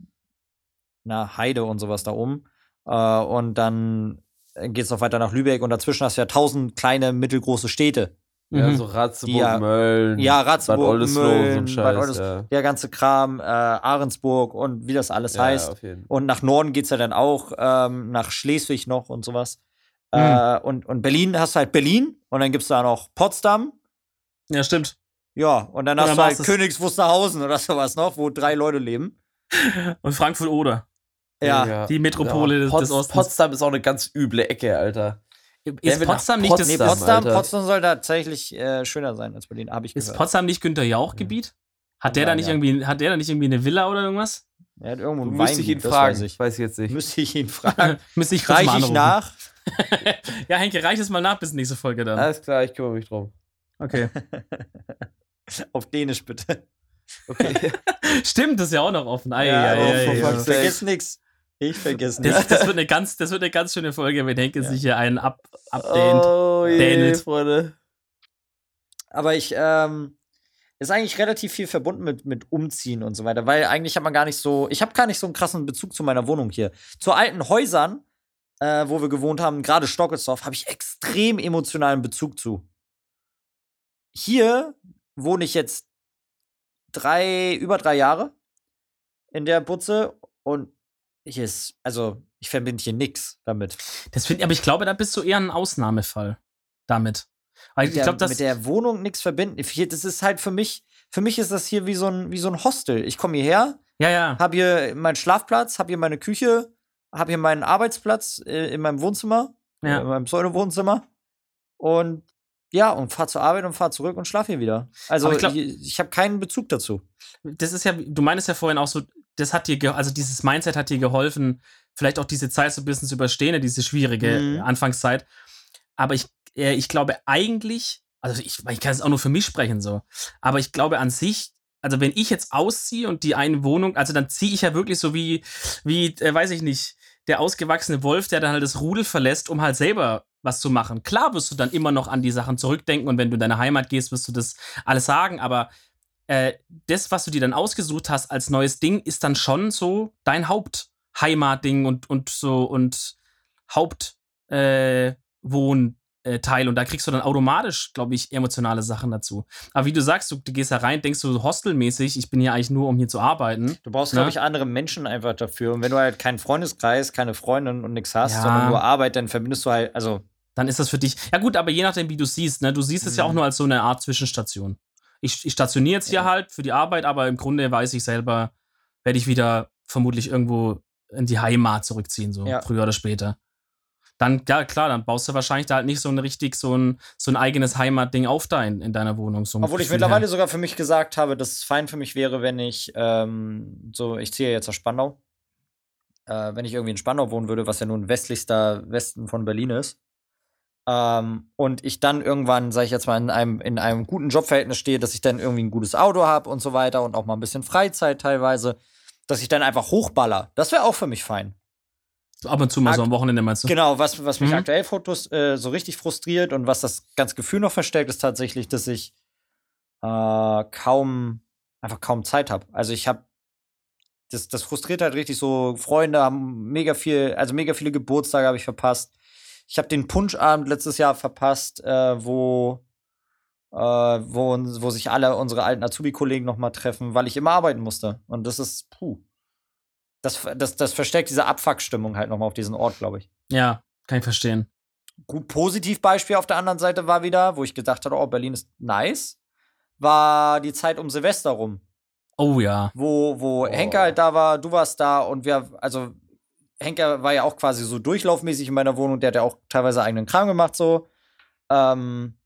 na, Heide und sowas da oben. Äh, und dann geht's noch weiter nach Lübeck und dazwischen hast du ja tausend kleine, mittelgroße Städte. ja, Mhm. so Ratzeburg, Ja. Mölln, Ja, Ratzeburg, Bad Oldesloe, so Mölln, ein Bad Scheiß, Oldes- ja. Der ganze Kram, äh, Ahrensburg und wie das alles Ja, heißt. auf jeden Fall. Und nach Norden geht's ja dann auch, ähm, nach Schleswig noch und sowas. Mhm. Äh, und, und Berlin hast du halt Berlin und dann gibt's da noch Potsdam. Ja, stimmt. Ja, und dann Und hast dann du halt war's das. Königs Wusterhausen oder sowas noch, wo drei Leute leben. Und Frankfurt oder. Ja. die Metropole des- Pots- des Ostens. Potsdam ist auch eine ganz üble Ecke, Alter. Ist will nach Potsdam nicht das, Nee, Potsdam, Potsdam, Alter. Potsdam soll tatsächlich äh, schöner sein als Berlin, habe ich ist gehört. Potsdam nicht Günther Jauch-Gebiet? Hat Kann der da sein, nicht ja. irgendwie, hat der da nicht irgendwie eine Villa oder irgendwas? Er hat irgendwo Du ein müsste ich ihn Weingut, das fragen. weiß ich. Weiß ich jetzt nicht. Müsste ich ihn fragen. Müsste ich kurz mal Reiche ich anrufen. nach? Ja, Henke, reich es mal nach bis nächste Folge dann. Alles klar, ich kümmere mich drum. Okay. Auf Dänisch bitte. Okay. Stimmt, das ist ja auch noch offen. Ei, Ja, ei, aber ei, for ei, Ich fuck's ei. sake. vergiss nix. Ich vergiss nichts. Das, das, wird eine ganz, das wird eine ganz schöne Folge, wenn Henke Ja. sich hier einen ab, abdehnt. Oh je, Dähnelt. Freunde. Aber ich, ähm, ist eigentlich relativ viel verbunden mit, mit Umziehen und so weiter, weil eigentlich hat man gar nicht so, ich habe gar nicht so einen krassen Bezug zu meiner Wohnung hier. Zu alten Häusern, äh, wo wir gewohnt haben, gerade Stockelsdorf, habe ich extrem emotionalen Bezug zu. Hier wohne ich jetzt drei, über drei Jahre in der Butze und hier ist, also ich verbinde hier nix damit. Das find, aber ich glaube, da bist du eher ein Ausnahmefall damit. Weil Mit ich der, glaube, das. mit der Wohnung nichts verbinden. Hier, das ist halt für mich, für mich ist das hier wie so ein, wie so ein Hostel. Ich komme hierher, Ja, ja. habe hier meinen Schlafplatz, habe hier meine Küche, habe hier meinen Arbeitsplatz äh, in meinem Wohnzimmer, Ja. äh, in meinem Pseudo-Wohnzimmer und ja, und fahr zur Arbeit und fahr zurück und schlaf hier wieder. Also Aber ich glaub- ich, ich habe keinen Bezug dazu. Das ist ja, du meinst ja vorhin auch so, das hat dir, ge- also dieses Mindset hat dir geholfen, vielleicht auch diese Zeit so ein bisschen zu überstehen, diese schwierige Mhm. Anfangszeit. Aber ich, äh, ich glaube eigentlich, also ich, ich kann es auch nur für mich sprechen so, aber ich glaube an sich, also wenn ich jetzt ausziehe und die eine Wohnung, also dann ziehe ich ja wirklich so wie, wie, äh, weiß ich nicht, der ausgewachsene Wolf, der dann halt das Rudel verlässt, um halt selber was zu machen. Klar wirst du dann immer noch an die Sachen zurückdenken und wenn du in deine Heimat gehst, wirst du das alles sagen, aber äh, das, was du dir dann ausgesucht hast als neues Ding, ist dann schon so dein Hauptheimatding und, und so und Hauptwohnteil. Äh, Wohn- äh, Teil. Und da kriegst du dann automatisch, glaube ich, emotionale Sachen dazu. Aber wie du sagst, du, du gehst da rein, denkst du hostelmäßig, ich bin hier eigentlich nur, um hier zu arbeiten. Du brauchst, Ne? glaube ich, andere Menschen einfach dafür. Und wenn du halt keinen Freundeskreis, keine Freundin und nichts hast, Ja. sondern nur Arbeit, dann verbindest du halt, also Dann ist das für dich. Ja, gut, aber je nachdem, wie du siehst, ne? Du siehst es ja auch Mhm. nur als so eine Art Zwischenstation. Ich, ich stationiere jetzt hier Ja. halt für die Arbeit, aber im Grunde weiß ich selber, werde ich wieder vermutlich irgendwo in die Heimat zurückziehen, so Ja. früher oder später. Dann, ja klar, dann baust du wahrscheinlich da halt nicht so ein richtig, so ein, so ein eigenes Heimatding auf da in, in deiner Wohnung. So ein Obwohl ich Gefühl mittlerweile her. sogar für mich gesagt habe, dass es fein für mich wäre, wenn ich ähm, so, ich ziehe jetzt nach Spandau. Äh, wenn ich irgendwie in Spandau wohnen würde, was ja nun westlichster Westen von Berlin ist. Ähm, und ich dann irgendwann, sag ich jetzt mal, in einem, in einem guten Jobverhältnis stehe, dass ich dann irgendwie ein gutes Auto habe und so weiter und auch mal ein bisschen Freizeit teilweise, dass ich dann einfach hochballer. Das wäre auch für mich fein. So ab und zu mal Akt- so am Wochenende, meinst du? Genau, was, was mich Mhm. aktuell Fotos äh, so richtig frustriert und was das ganze Gefühl noch verstärkt, ist tatsächlich, dass ich äh, kaum, einfach kaum Zeit habe. Also ich habe, das, das frustriert halt richtig so, Freunde haben mega viel, also mega viele Geburtstage habe ich verpasst. Ich habe den Punschabend letztes Jahr verpasst, äh, wo, äh, wo, uns- wo sich alle unsere alten Azubi-Kollegen noch mal treffen, weil ich immer arbeiten musste. Und das ist, puh. Das, das, das verstärkt diese Abfuck-Stimmung halt noch mal auf diesen Ort, glaube ich. Ja, kann ich verstehen. Gut, Positivbeispiel auf der anderen Seite war wieder, wo ich gedacht hatte, oh, Berlin ist nice, war die Zeit um Silvester rum. Oh ja. Wo, wo Oh. Henke halt da war, du warst da und wir, also Henke war ja auch quasi so durchlaufmäßig in meiner Wohnung, der hat ja auch teilweise eigenen Kram gemacht, so. Ähm,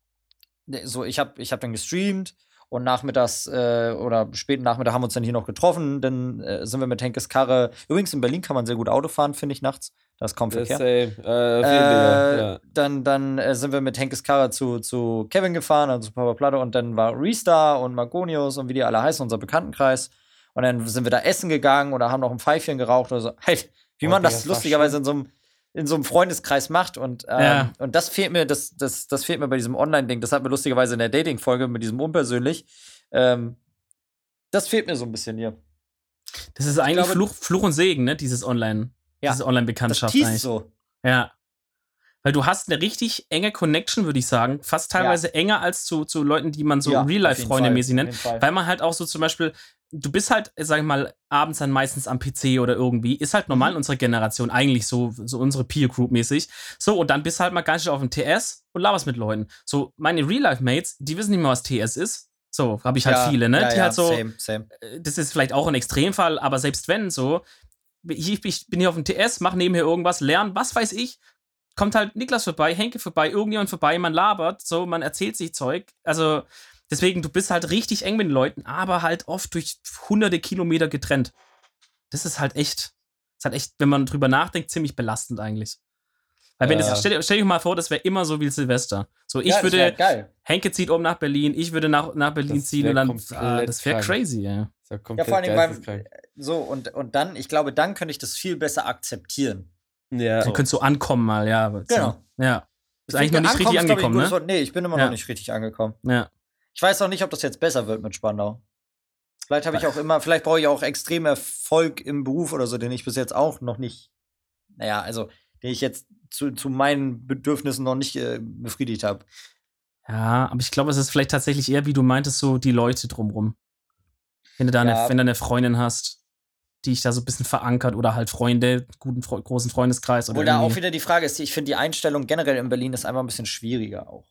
so, ich hab, ich hab dann gestreamt und nachmittags äh, oder späten Nachmittag haben wir uns dann hier noch getroffen. Dann äh, sind wir mit Henkes Karre. Übrigens, in Berlin kann man sehr gut Auto fahren, finde ich, nachts. Da ist kaum Das Verkehr. same. Äh, viel Äh, ja. Dann, dann äh, sind wir mit Henkes Karre zu, zu Kevin gefahren, also zu Papa Platte, und dann war Restar und Margonius und wie die alle heißen, unser Bekanntenkreis. Und dann sind wir da essen gegangen oder haben noch ein Pfeifchen geraucht oder so. Halt, wie Oh, man Digga, das das war lustigerweise schon- in so einem in so einem Freundeskreis macht. Und, ähm, Ja. und das fehlt mir, das, das, das fehlt mir bei diesem Online-Ding. Das hat mir lustigerweise in der Dating-Folge mit diesem unpersönlich. Ähm, das fehlt mir so ein bisschen hier. Das ist eigentlich glaube- Fluch, Fluch und Segen, ne? Dieses Online, Ja, diese Das Online-Bekanntschaft teast eigentlich. so. Ja. Weil du hast eine richtig enge Connection, würde ich sagen. Fast teilweise enger als zu, zu Leuten, die man so Ja, Real-Life-Freunde mäßig auf nennt. jeden Fall. Weil man halt auch so zum Beispiel, du bist halt, sag ich mal, abends dann meistens am P C oder irgendwie. Ist halt normal Mhm. in unserer Generation, eigentlich so, so unsere Peer-Group mäßig. So, und dann bist du halt mal ganz schön auf dem T S und laberst mit Leuten. So, meine Real-Life-Mates, die wissen nicht mehr, was T S ist. So, habe ich halt Ja, viele, ne? ja, die ja, halt so, Same, same. äh, das ist vielleicht auch ein Extremfall, aber selbst wenn so, ich, ich bin hier auf dem T S, mach nebenher irgendwas, lerne, was weiß ich, kommt halt Niklas vorbei, Henke vorbei, irgendjemand vorbei, man labert, so, man erzählt sich Zeug. Also, deswegen, du bist halt richtig eng mit den Leuten, aber halt oft durch hunderte Kilometer getrennt. Das ist halt echt, ist halt echt, wenn man drüber nachdenkt, ziemlich belastend eigentlich. Weil wenn Ja. das, stell, stell dir mal vor, das wäre immer so wie Silvester. So, ich Ja, das würde, wär geil. Henke zieht um nach Berlin, ich würde nach, nach Berlin Das ziehen wär und dann, komplett ah, das wäre krank. crazy, ja. Ist ja Ja, komplett vor allem beim, geisteskrank. so, und, und dann, ich glaube, dann könnte ich das viel besser akzeptieren. Ja. Dann könntest du ankommen mal, ja. aber so. Genau. Ja. Ist Ich eigentlich noch finde, nicht richtig ankommen ist, glaub ich, ein angekommen, gutes ne? Wort. Nee, ich bin immer Ja. noch nicht richtig angekommen. Ja. Ich weiß auch nicht, ob das jetzt besser wird mit Spandau. Vielleicht habe ich auch immer, vielleicht brauche ich auch extrem Erfolg im Beruf oder so, den ich bis jetzt auch noch nicht, naja, also, den ich jetzt zu, zu meinen Bedürfnissen noch nicht äh, befriedigt habe. Ja, aber ich glaube, es ist vielleicht tatsächlich eher, wie du meintest, so die Leute drumrum. Wenn du da eine, Ja. wenn du eine Freundin hast, die dich da so ein bisschen verankert oder halt Freunde, guten Fre großen Freundeskreis oder Obwohl da auch irgendwie. wieder die Frage ist, ich finde die Einstellung generell in Berlin ist einfach ein bisschen schwieriger auch.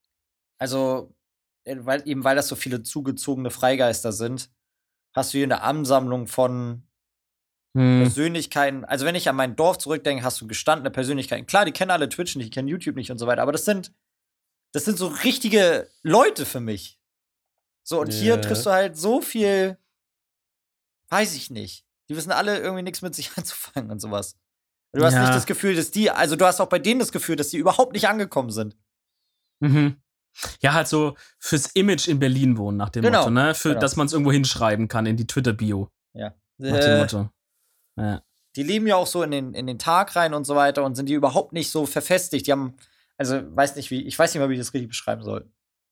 Also, äh, weil, eben weil das so viele zugezogene Freigeister sind, hast du hier eine Ansammlung von Hm. Persönlichkeiten. Also, wenn ich an mein Dorf zurückdenke, hast du gestandene Persönlichkeiten. Klar, die kennen alle Twitch nicht, die kennen YouTube nicht und so weiter, aber das sind, das sind so richtige Leute für mich. So, und hier Ja. triffst du halt so viel, weiß ich nicht. Die wissen alle irgendwie nichts mit sich anzufangen und sowas. Du hast Ja. nicht das Gefühl, dass die, also du hast auch bei denen das Gefühl, dass die überhaupt nicht angekommen sind. Mhm. Ja, halt so fürs Image in Berlin wohnen, nach dem Genau, Motto, ne? Für, genau. dass man es irgendwo hinschreiben kann in die Twitter-Bio. Ja. Nach dem Äh, Motto. Ja. Die leben ja auch so in den, in den Tag rein und so weiter und sind die überhaupt nicht so verfestigt. Die haben, also weiß nicht wie, ich weiß nicht mal, wie ich das richtig beschreiben soll.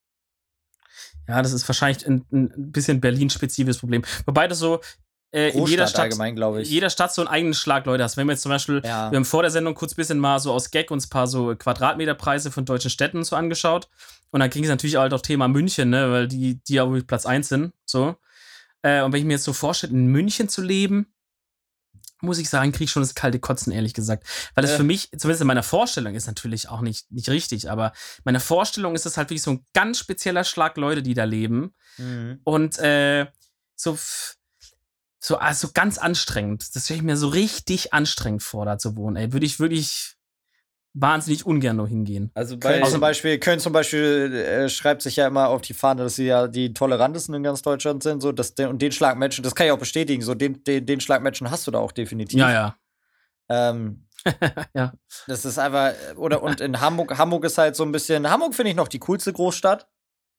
ja, das ist wahrscheinlich ein, ein bisschen Berlin-spezifisches Problem. Wobei das so äh, in jeder Großstadt Stadt, allgemein, glaube ich. jeder Stadt so einen eigenen Schlag Leute hast. Wenn wir jetzt zum Beispiel, Ja. wir haben vor der Sendung kurz ein bisschen mal so aus Gag uns ein paar so Quadratmeterpreise von deutschen Städten so angeschaut. Und dann ging es natürlich halt auch Thema München, ne, weil die, die ja wohl Platz eins sind. So. Äh, und wenn ich mir jetzt so vorstelle, in München zu leben, muss ich sagen, kriege ich schon das kalte Kotzen, ehrlich gesagt. Weil das Äh. für mich, zumindest in meiner Vorstellung, ist natürlich auch nicht, nicht richtig, aber in meiner Vorstellung ist das halt wirklich so ein ganz spezieller Schlag Leute, die da leben. Mhm. Und äh, so, f- so also ganz anstrengend. Das stelle ich mir so richtig anstrengend vor, da zu wohnen. Ey, würde ich wirklich wahnsinnig ungern nur hingehen. Also bei Köln zum Beispiel, Köln zum Beispiel äh, schreibt sich ja immer auf die Fahne, dass sie ja die tolerantesten in ganz Deutschland sind. So, dass den, und den Schlagmenschen, das kann ich auch bestätigen, so den, den, den Schlagmenschen hast du da auch definitiv. Ja, ja. Ähm, ja. Das ist einfach, oder und in Hamburg, Hamburg ist halt so ein bisschen, Hamburg finde ich noch die coolste Großstadt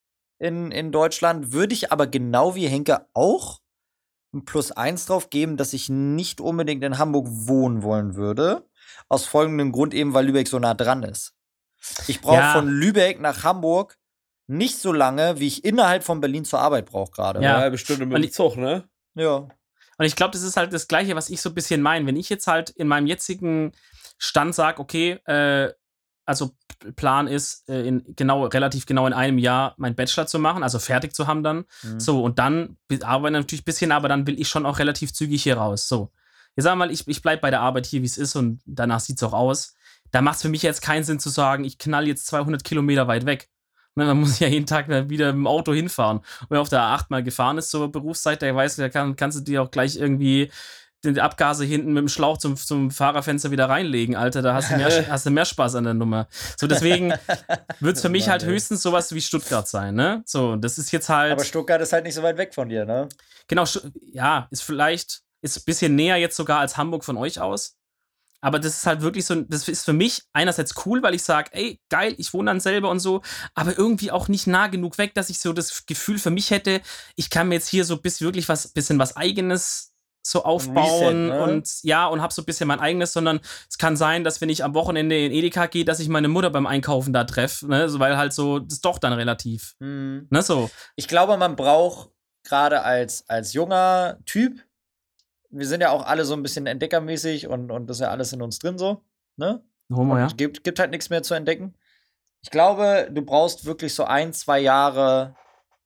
in, in Deutschland, würde ich aber genau wie Henke auch ein Plus eins drauf geben, dass ich nicht unbedingt in Hamburg wohnen wollen würde. Aus folgendem Grund eben, weil Lübeck so nah dran ist. Ich brauche Ja. von Lübeck nach Hamburg nicht so lange, wie ich innerhalb von Berlin zur Arbeit brauche gerade. Ja. Ja, eine Stunde mit Und dem ich- Zug, ne? Ja. Und ich glaube, das ist halt das Gleiche, was ich so ein bisschen meine. Wenn ich jetzt halt in meinem jetzigen Stand sage, okay, äh, also Plan ist, äh, in genau, relativ genau in einem Jahr meinen Bachelor zu machen, also fertig zu haben dann. Mhm. So, und dann arbeite ich natürlich ein bisschen, aber dann will ich schon auch relativ zügig hier raus. So. Jetzt sagen wir mal, ich, ich bleibe bei der Arbeit hier, wie es ist, und danach sieht es auch aus. Da macht es für mich jetzt keinen Sinn zu sagen, ich knall jetzt zweihundert Kilometer weit weg. Ne, man muss ja jeden Tag wieder mit dem Auto hinfahren. Und wer auf der A acht mal gefahren ist zur Berufszeit, der weiß, da kann, kannst du dir auch gleich irgendwie die Abgase hinten mit dem Schlauch zum, zum Fahrerfenster wieder reinlegen, Alter. Da hast du mehr, hast du mehr Spaß an der Nummer. So, deswegen wird es für mich Mann, halt ey. höchstens sowas wie Stuttgart sein, ne? So, das ist jetzt halt. Aber Stuttgart ist halt nicht so weit weg von dir, ne? Genau, Stu- ja, ist vielleicht, ist ein bisschen näher jetzt sogar als Hamburg von euch aus. Aber das ist halt wirklich so, das ist für mich einerseits cool, weil ich sage, ey, geil, ich wohne dann selber und so, aber irgendwie auch nicht nah genug weg, dass ich so das Gefühl für mich hätte, ich kann mir jetzt hier so bis wirklich was, bisschen was Eigenes so aufbauen Reset, ne? und ja, und hab so ein bisschen mein eigenes, sondern es kann sein, dass wenn ich am Wochenende in Edeka gehe, dass ich meine Mutter beim Einkaufen da treffe, ne, so, weil halt so, das ist doch dann relativ, Mhm. ne, so. Ich glaube, man braucht gerade als, als junger Typ, wir sind ja auch alle so ein bisschen entdeckermäßig und, und das ist ja alles in uns drin so, ne? Homo, Und ja. gibt, gibt halt nichts mehr zu entdecken. Ich glaube, du brauchst wirklich so ein, zwei Jahre,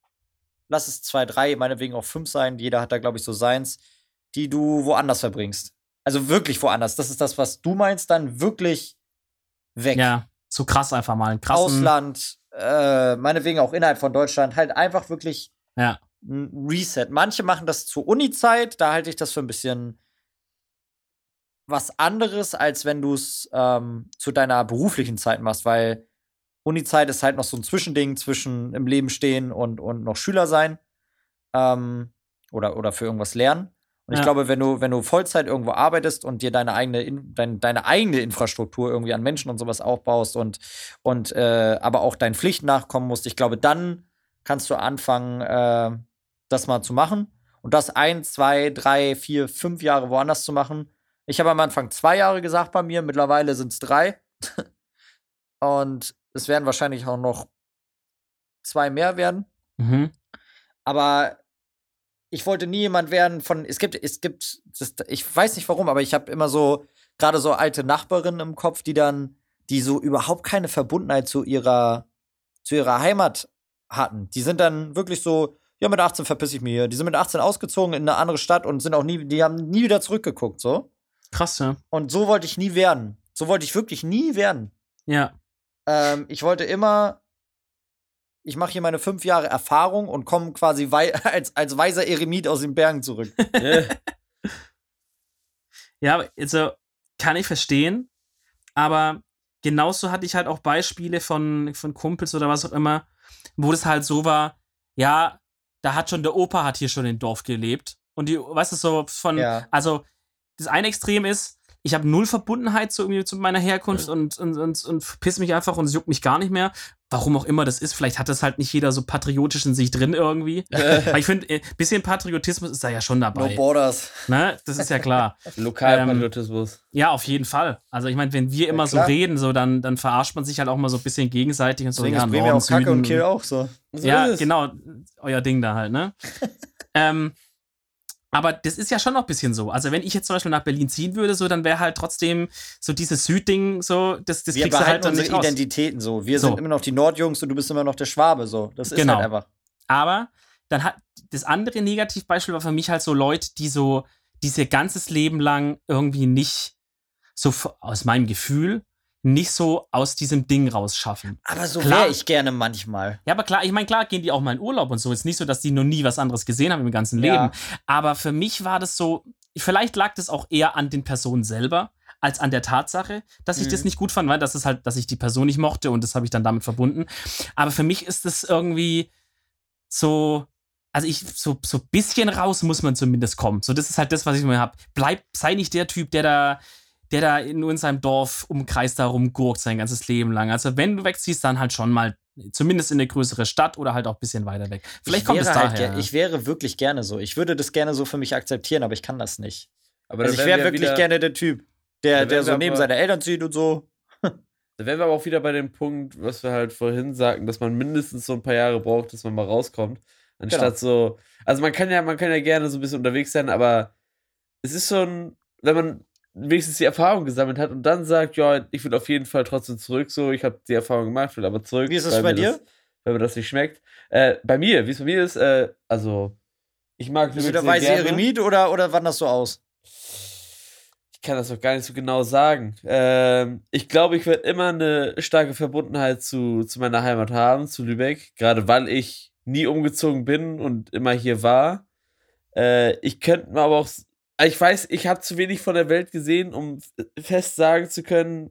lass es zwei, drei, meinetwegen auch fünf sein, jeder hat da, glaube ich, so seins, die du woanders verbringst. Also wirklich woanders. Das ist das, was du meinst, dann wirklich weg. Ja, so krass einfach mal, einen krassen, Ausland, äh, meinetwegen auch innerhalb von Deutschland, halt einfach wirklich ja. ein Reset. Manche machen das zur Uni-Zeit, da halte ich das für ein bisschen was anderes, als wenn du es ähm, zu deiner beruflichen Zeit machst, weil Uni-Zeit ist halt noch so ein Zwischending zwischen im Leben stehen und, und noch Schüler sein ähm, oder, oder für irgendwas lernen. Und ich Ja. glaube, wenn du, wenn du Vollzeit irgendwo arbeitest und dir deine eigene, In- dein, deine eigene Infrastruktur irgendwie an Menschen und sowas aufbaust und, und äh, aber auch deinen Pflichten nachkommen musst, ich glaube, dann kannst du anfangen, äh, das mal zu machen. Und das ein, zwei, drei, vier, fünf Jahre woanders zu machen. Ich habe am Anfang zwei Jahre gesagt bei mir, mittlerweile sind es drei. Und es werden wahrscheinlich auch noch zwei mehr werden. Mhm. Aber ich wollte nie jemand werden von. Es gibt, es gibt, das, ich weiß nicht warum, aber ich habe immer so, gerade so alte Nachbarinnen im Kopf, die dann, die so überhaupt keine Verbundenheit zu ihrer, zu ihrer Heimat hatten. Die sind dann wirklich so, ja, mit achtzehn verpiss ich mich hier. Die sind mit achtzehn ausgezogen in eine andere Stadt und sind auch nie, die haben nie wieder zurückgeguckt, so. Krass, ja. Und so wollte ich nie werden. So wollte ich wirklich nie werden. Ja. Ähm, ich wollte immer, ich mache hier meine fünf Jahre Erfahrung und komme quasi wei als, als weiser Eremit aus den Bergen zurück. Ja. Ja, also kann ich verstehen, aber genauso hatte ich halt auch Beispiele von, von Kumpels oder was auch immer, wo das halt so war, ja, da hat schon der Opa hat hier schon im Dorf gelebt und die, weißt du, so von, Ja. also das eine Extrem ist, ich habe null Verbundenheit zu, irgendwie zu meiner Herkunft und, und, und, und piss mich einfach und es juckt mich gar nicht mehr. Warum auch immer das ist, vielleicht hat das halt nicht jeder so patriotisch in sich drin irgendwie. Aber ich finde, ein bisschen Patriotismus ist da ja schon No dabei. borders. Ne? Das ist ja klar. Lokalpatriotismus. Ja, auf jeden Fall. Also ich meine, wenn wir immer so klar. reden, so dann, dann verarscht man sich halt auch mal so ein bisschen gegenseitig und so, Deswegen ja, ist Bremen ja Norden, auch Kacke Süden. und Kiel auch so. So Ja, ist es. genau, euer Ding da halt, ne? ähm, aber das ist ja schon noch ein bisschen so. Also wenn ich jetzt zum Beispiel nach Berlin ziehen würde, so, dann wäre halt trotzdem so dieses Südding, so, das, das Wir kriegst du behalten halt dann unsere nicht raus. Identitäten so. Wir So. sind immer noch die Nordjungs und du bist immer noch der Schwabe, so. Das ist Genau. halt einfach. Aber dann hat das andere Negativbeispiel war für mich halt so Leute, die so, die ihr ganzes Leben lang irgendwie nicht so f- aus meinem Gefühl nicht so aus diesem Ding rausschaffen. Aber so Klar. wäre ich gerne manchmal. Ja, aber klar, ich meine, klar gehen die auch mal in Urlaub und so. Ist nicht so, dass die noch nie was anderes gesehen haben im ganzen Ja. Leben. Aber für mich war das so, vielleicht lag das auch eher an den Personen selber, als an der Tatsache, dass ich Mhm. das nicht gut fand, weil das ist halt, dass ich die Person nicht mochte und das habe ich dann damit verbunden. Aber für mich ist das irgendwie so, also ich, so, so ein bisschen raus muss man zumindest kommen. So, das ist halt das, was ich mir habe. Bleib, sei nicht der Typ, der da, der da nur in seinem Dorf um den Kreis da rumgurkt sein ganzes Leben lang. Also wenn du wegziehst, dann halt schon mal zumindest in eine größere Stadt oder halt auch ein bisschen weiter weg. Vielleicht ich kommt es wäre halt daher. ge- ich wäre wirklich gerne so. Ich würde das gerne so für mich akzeptieren, aber ich kann das nicht. Aber Also dann ich wären wäre wir wirklich wieder, gerne der Typ, der, Da der wären so wir neben aber- seine Eltern zieht und so. Da wären wir aber auch wieder bei dem Punkt, was wir halt vorhin sagten, dass man mindestens so ein paar Jahre braucht, dass man mal rauskommt. Anstatt so. Also man kann ja, man kann ja gerne so ein bisschen unterwegs sein, aber es ist schon, wenn man wenigstens die Erfahrung gesammelt hat und dann sagt, ja, ich will auf jeden Fall trotzdem zurück, so, ich habe die Erfahrung gemacht, will aber zurück. Wie ist es weil bei mir dir? Das, weil mir das nicht schmeckt. Äh, bei mir, wie es bei mir ist, äh, also, ich mag Bist du Lübeck der sehr weiße gerne. Eremit oder, oder wanderst du aus? Ich kann das doch gar nicht so genau sagen. Ähm, ich glaube, ich werde immer eine starke Verbundenheit zu, zu meiner Heimat haben, zu Lübeck. Gerade weil ich nie umgezogen bin und immer hier war. Äh, ich könnte mir aber auch. Ich weiß, ich habe zu wenig von der Welt gesehen, um fest sagen zu können,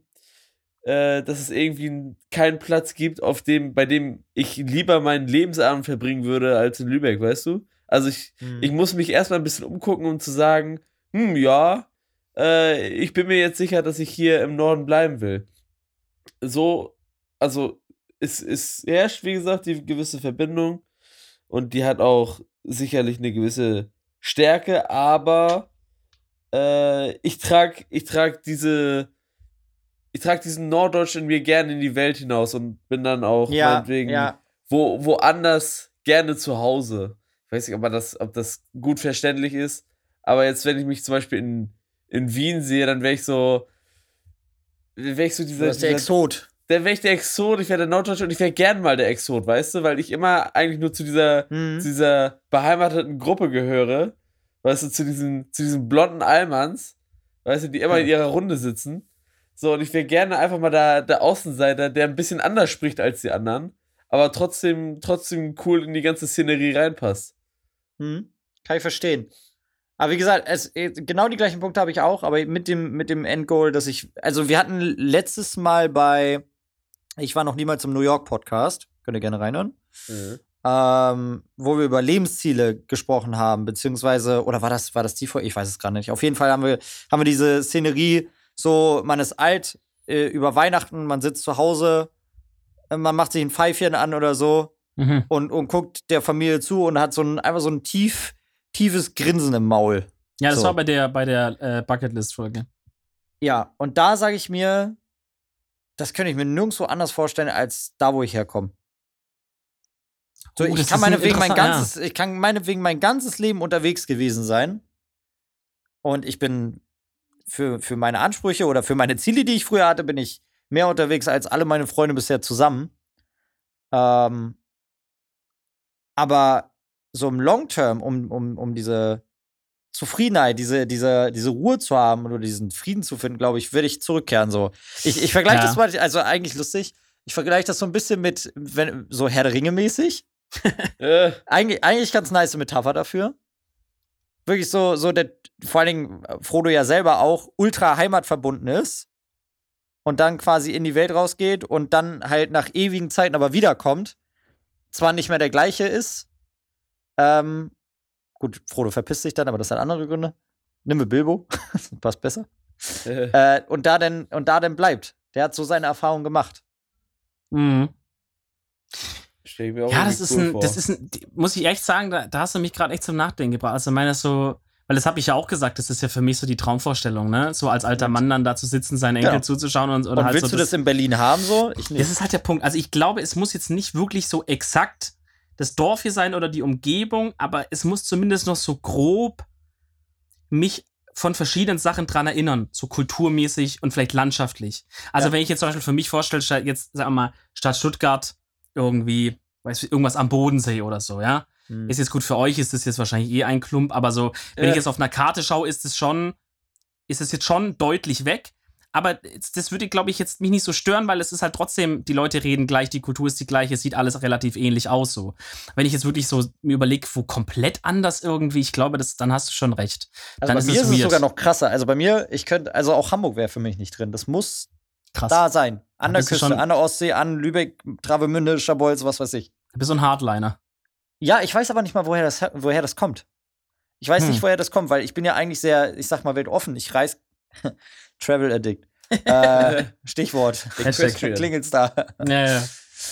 äh, dass es irgendwie keinen Platz gibt, auf dem, bei dem ich lieber meinen Lebensabend verbringen würde als in Lübeck, weißt du? Also ich, Hm. ich muss mich erstmal ein bisschen umgucken, um zu sagen, hm, ja, äh, ich bin mir jetzt sicher, dass ich hier im Norden bleiben will. So, also es, es herrscht, wie gesagt, die gewisse Verbindung und die hat auch sicherlich eine gewisse Stärke, aber äh, ich trage ich trag diese ich trage diesen Norddeutsch in mir gerne in die Welt hinaus und bin dann auch Ja, meinetwegen ja. wo, woanders gerne zu Hause. Ich weiß nicht, ob, man das, ob das gut verständlich ist, aber jetzt, wenn ich mich zum Beispiel in, in Wien sehe, dann wäre ich so wäre ich so Du dieser, bist der dieser Exot. dann wäre ich der Exot, ich wäre der Norddeutsche und ich wäre gern mal der Exot, weißt du, weil ich immer eigentlich nur zu dieser, Mhm. zu dieser beheimateten Gruppe gehöre, weißt du, zu diesen, zu diesen blonden Allmanns, weißt du, die immer in ihrer Runde sitzen. So, und ich wäre gerne einfach mal der, der Außenseiter, der ein bisschen anders spricht als die anderen, aber trotzdem, trotzdem cool in die ganze Szenerie reinpasst. Hm, kann ich verstehen. Aber wie gesagt, es, äh, genau die gleichen Punkte habe ich auch, aber mit dem, mit dem Endgoal, dass ich, also wir hatten letztes Mal bei, ich war noch niemals im New York Podcast, könnt ihr gerne reinhören, Mhm. ähm, wo wir über Lebensziele gesprochen haben, beziehungsweise, oder war das, war das die Folge? Ich weiß es gerade nicht. Auf jeden Fall haben wir, haben wir diese Szenerie, so, man ist alt, äh, über Weihnachten, man sitzt zu Hause, äh, man macht sich ein Pfeifchen an oder so, Mhm. und, und guckt der Familie zu und hat so ein, einfach so ein tief, tiefes Grinsen im Maul. Ja, das So. war bei der, bei der äh, Bucketlist-Folge. Ja, und da sage ich mir, das könnte ich mir nirgendwo anders vorstellen, als da, wo ich herkomme. So, Oh, ich das kann ist ein meinetwegen mein interessant- ganzes, ich kann meinetwegen mein ganzes Leben unterwegs gewesen sein. Und ich bin für, für meine Ansprüche oder für meine Ziele, die ich früher hatte, bin ich mehr unterwegs als alle meine Freunde bisher zusammen. Ähm, aber so im Long Term, um, um, um diese Zufriedenheit, diese, diese, diese Ruhe zu haben oder diesen Frieden zu finden, glaube ich, würde ich zurückkehren. So. Ich, ich vergleiche Ja. das mal, also eigentlich lustig, ich vergleiche das so ein bisschen mit, wenn, so Herr der Ringe mäßig. Äh, Eigentlich, eigentlich ganz nice Metapher dafür. Wirklich so, so der, vor allen Dingen Frodo ja selber auch ultra heimatverbunden ist und dann quasi in die Welt rausgeht und dann halt nach ewigen Zeiten aber wiederkommt. Zwar nicht mehr der gleiche ist. Ähm, gut, Frodo verpisst sich dann, aber das hat andere Gründe. Nimm mir Bilbo, passt besser. äh, Äh, und da denn, und da denn bleibt. Der hat so seine Erfahrung gemacht. Mhm. stell ich mir auch Ja, irgendwie das ist cool ein, vor. das ist ein, muss ich echt sagen, da, da hast du mich gerade echt zum Nachdenken gebracht. Also meine so, weil das habe ich ja auch gesagt, das ist ja für mich so die Traumvorstellung, ne? So als alter Mann dann da zu sitzen, seinen Enkel Ja. zuzuschauen und oder Und halt willst so du das in Berlin haben so? Ich nicht. Das ist halt der Punkt. Also ich glaube, es muss jetzt nicht wirklich so exakt das Dorf hier sein oder die Umgebung, aber es muss zumindest noch so grob mich von verschiedenen Sachen dran erinnern, so kulturmäßig und vielleicht landschaftlich. Also Ja. wenn ich jetzt zum Beispiel für mich vorstelle, statt jetzt, sagen wir mal, statt Stuttgart irgendwie, weiß ich, irgendwas am Bodensee oder so, ja. Hm. Ist jetzt gut für euch, ist das jetzt wahrscheinlich eh ein Klump, aber so, wenn Äh. ich jetzt auf einer Karte schaue, ist es schon, ist es jetzt schon deutlich weg. Aber jetzt- das würde, glaube ich, jetzt mich nicht so stören, weil es ist halt trotzdem, die Leute reden gleich, die Kultur ist die gleiche, es sieht alles relativ ähnlich aus so. Wenn ich jetzt wirklich so mir überlege, wo komplett anders irgendwie, ich glaube, das, dann hast du schon recht. Also dann bei ist mir es ist es weird. sogar noch krasser. Also bei mir, ich könnte, also auch Hamburg wäre für mich nicht drin. Das muss Krass. da sein. An Da der bist du Küste, schon- an der Ostsee, an Lübeck, Travemünde, Schabolz, was weiß ich. Du bist so ein Hardliner. Ja, ich weiß aber nicht mal, woher das, woher das kommt. Ich weiß Hm. nicht, woher das kommt, weil ich bin ja eigentlich sehr, ich sag mal, weltoffen. Ich reise Travel Addict. äh, Stichwort. Equestrian. Klingelt's da. Ja, ja.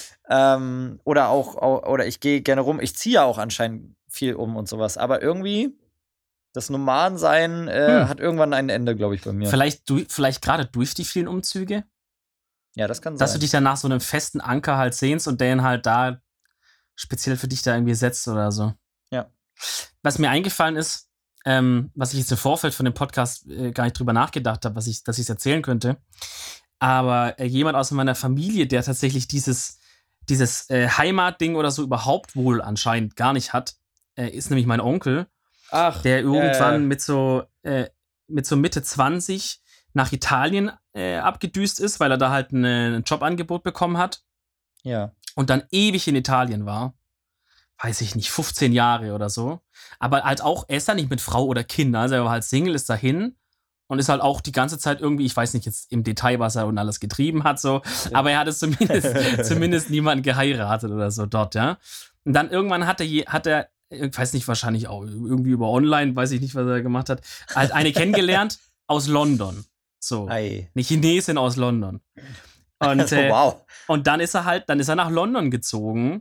ähm, oder auch, auch, oder ich gehe gerne rum. Ich ziehe auch anscheinend viel um und sowas. Aber irgendwie, das Nomadensein äh, Hm. hat irgendwann ein Ende, glaube ich, bei mir. Vielleicht, du, vielleicht gerade durch die vielen Umzüge, Ja, das kann dass du sein. dich dann nach so einem festen Anker halt sehnst und den halt da speziell für dich da irgendwie setzt oder so. Ja. Was mir eingefallen ist, ähm, was ich jetzt im Vorfeld von dem Podcast äh, gar nicht drüber nachgedacht habe, was ich, dass ich es erzählen könnte. Aber äh, jemand aus meiner Familie, der tatsächlich dieses, dieses äh, Heimatding oder so überhaupt wohl anscheinend gar nicht hat, äh, ist nämlich mein Onkel, Ach, der irgendwann äh, mit so äh, mit so Mitte zwanzig nach Italien äh, abgedüst ist, weil er da halt eine, ein Jobangebot bekommen hat Ja. und dann ewig in Italien war. Weiß ich nicht, fünfzehn Jahre oder so. Aber halt auch, er ist da nicht mit Frau oder Kinder, also er war halt Single, ist dahin und ist halt auch die ganze Zeit irgendwie, ich weiß nicht jetzt im Detail, was er und alles getrieben hat, so, aber er hat es zumindest, zumindest niemanden geheiratet oder so dort, ja. Und dann irgendwann hat er, je, hat er, ich weiß nicht, wahrscheinlich auch irgendwie über online, weiß ich nicht, was er gemacht hat, halt eine kennengelernt aus London. So. Ei. Eine Chinesin aus London. Und, Also, äh, wow. und dann ist er halt, dann ist er nach London gezogen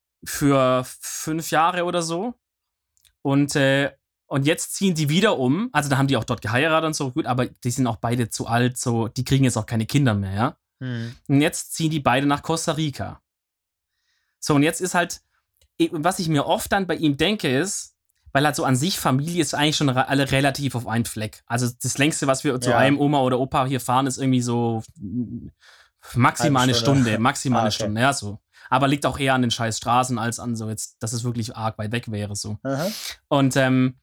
für fünf Jahre oder so. Und, äh, und jetzt ziehen die wieder um. Also da haben die auch dort geheiratet und so, gut, aber die sind auch beide zu alt, so, die kriegen jetzt auch keine Kinder mehr, ja. Hm. Und jetzt ziehen die beide nach Costa Rica. So, und jetzt ist halt, was ich mir oft dann bei ihm denke, ist, weil halt so an sich Familie ist eigentlich schon re- alle relativ auf einen Fleck. Also das längste, was wir zu Ja. einem Oma oder Opa hier fahren, ist irgendwie so mm, maximal Halbe eine Stunde. Stunde, maximal Ah, eine okay. Stunde, ja so. Aber liegt auch eher an den scheiß Straßen als an so jetzt, dass es wirklich arg weit weg wäre so. Aha. Und ähm,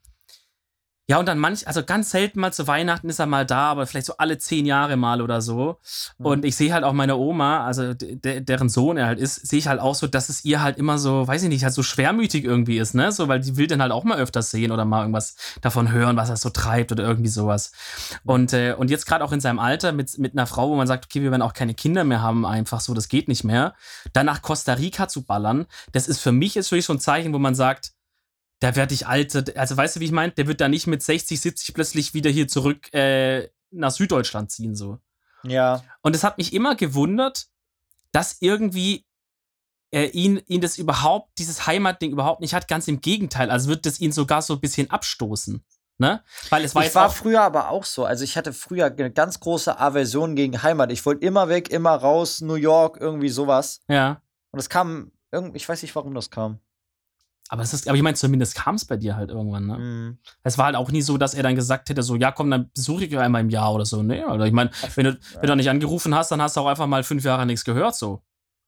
ja, und dann manch, also ganz selten mal zu Weihnachten ist er mal da, aber vielleicht so alle zehn Jahre mal oder so. Mhm. Und ich sehe halt auch meine Oma, also de deren Sohn er halt ist, sehe ich halt auch so, dass es ihr halt immer so, weiß ich nicht, halt so schwermütig irgendwie ist, ne? So, weil die will dann halt auch mal öfters sehen oder mal irgendwas davon hören, was er so treibt oder irgendwie sowas. Und, äh, und jetzt gerade auch in seinem Alter mit, mit einer Frau, wo man sagt, okay, wir werden auch keine Kinder mehr haben, einfach so, das geht nicht mehr. Dann nach Costa Rica zu ballern, das ist für mich ist wirklich so ein Zeichen, wo man sagt, da werde ich alt, also weißt du, wie ich meine? Der wird da nicht mit sechzig, siebzig plötzlich wieder hier zurück äh, nach Süddeutschland ziehen, so. Ja. Und es hat mich immer gewundert, dass irgendwie äh, ihn, ihn das überhaupt, dieses Heimatding überhaupt nicht hat, ganz im Gegenteil. Also wird das ihn sogar so ein bisschen abstoßen, ne? Weil es war Ich jetzt war auch, früher aber auch so. Also ich hatte früher eine ganz große Aversion gegen Heimat. Ich wollte immer weg, immer raus, New York, irgendwie sowas. ja. Und es kam, irgendwie, ich weiß nicht, warum das kam. Aber, es ist, aber ich meine, zumindest kam es bei dir halt irgendwann, ne? Mhm. Es war halt auch nie so, dass er dann gesagt hätte, so, ja, komm, dann besuche ich dich einmal im Jahr oder so. Nee, also ich meine, wenn du, wenn du nicht angerufen hast, dann hast du auch einfach mal fünf Jahre nichts gehört, so.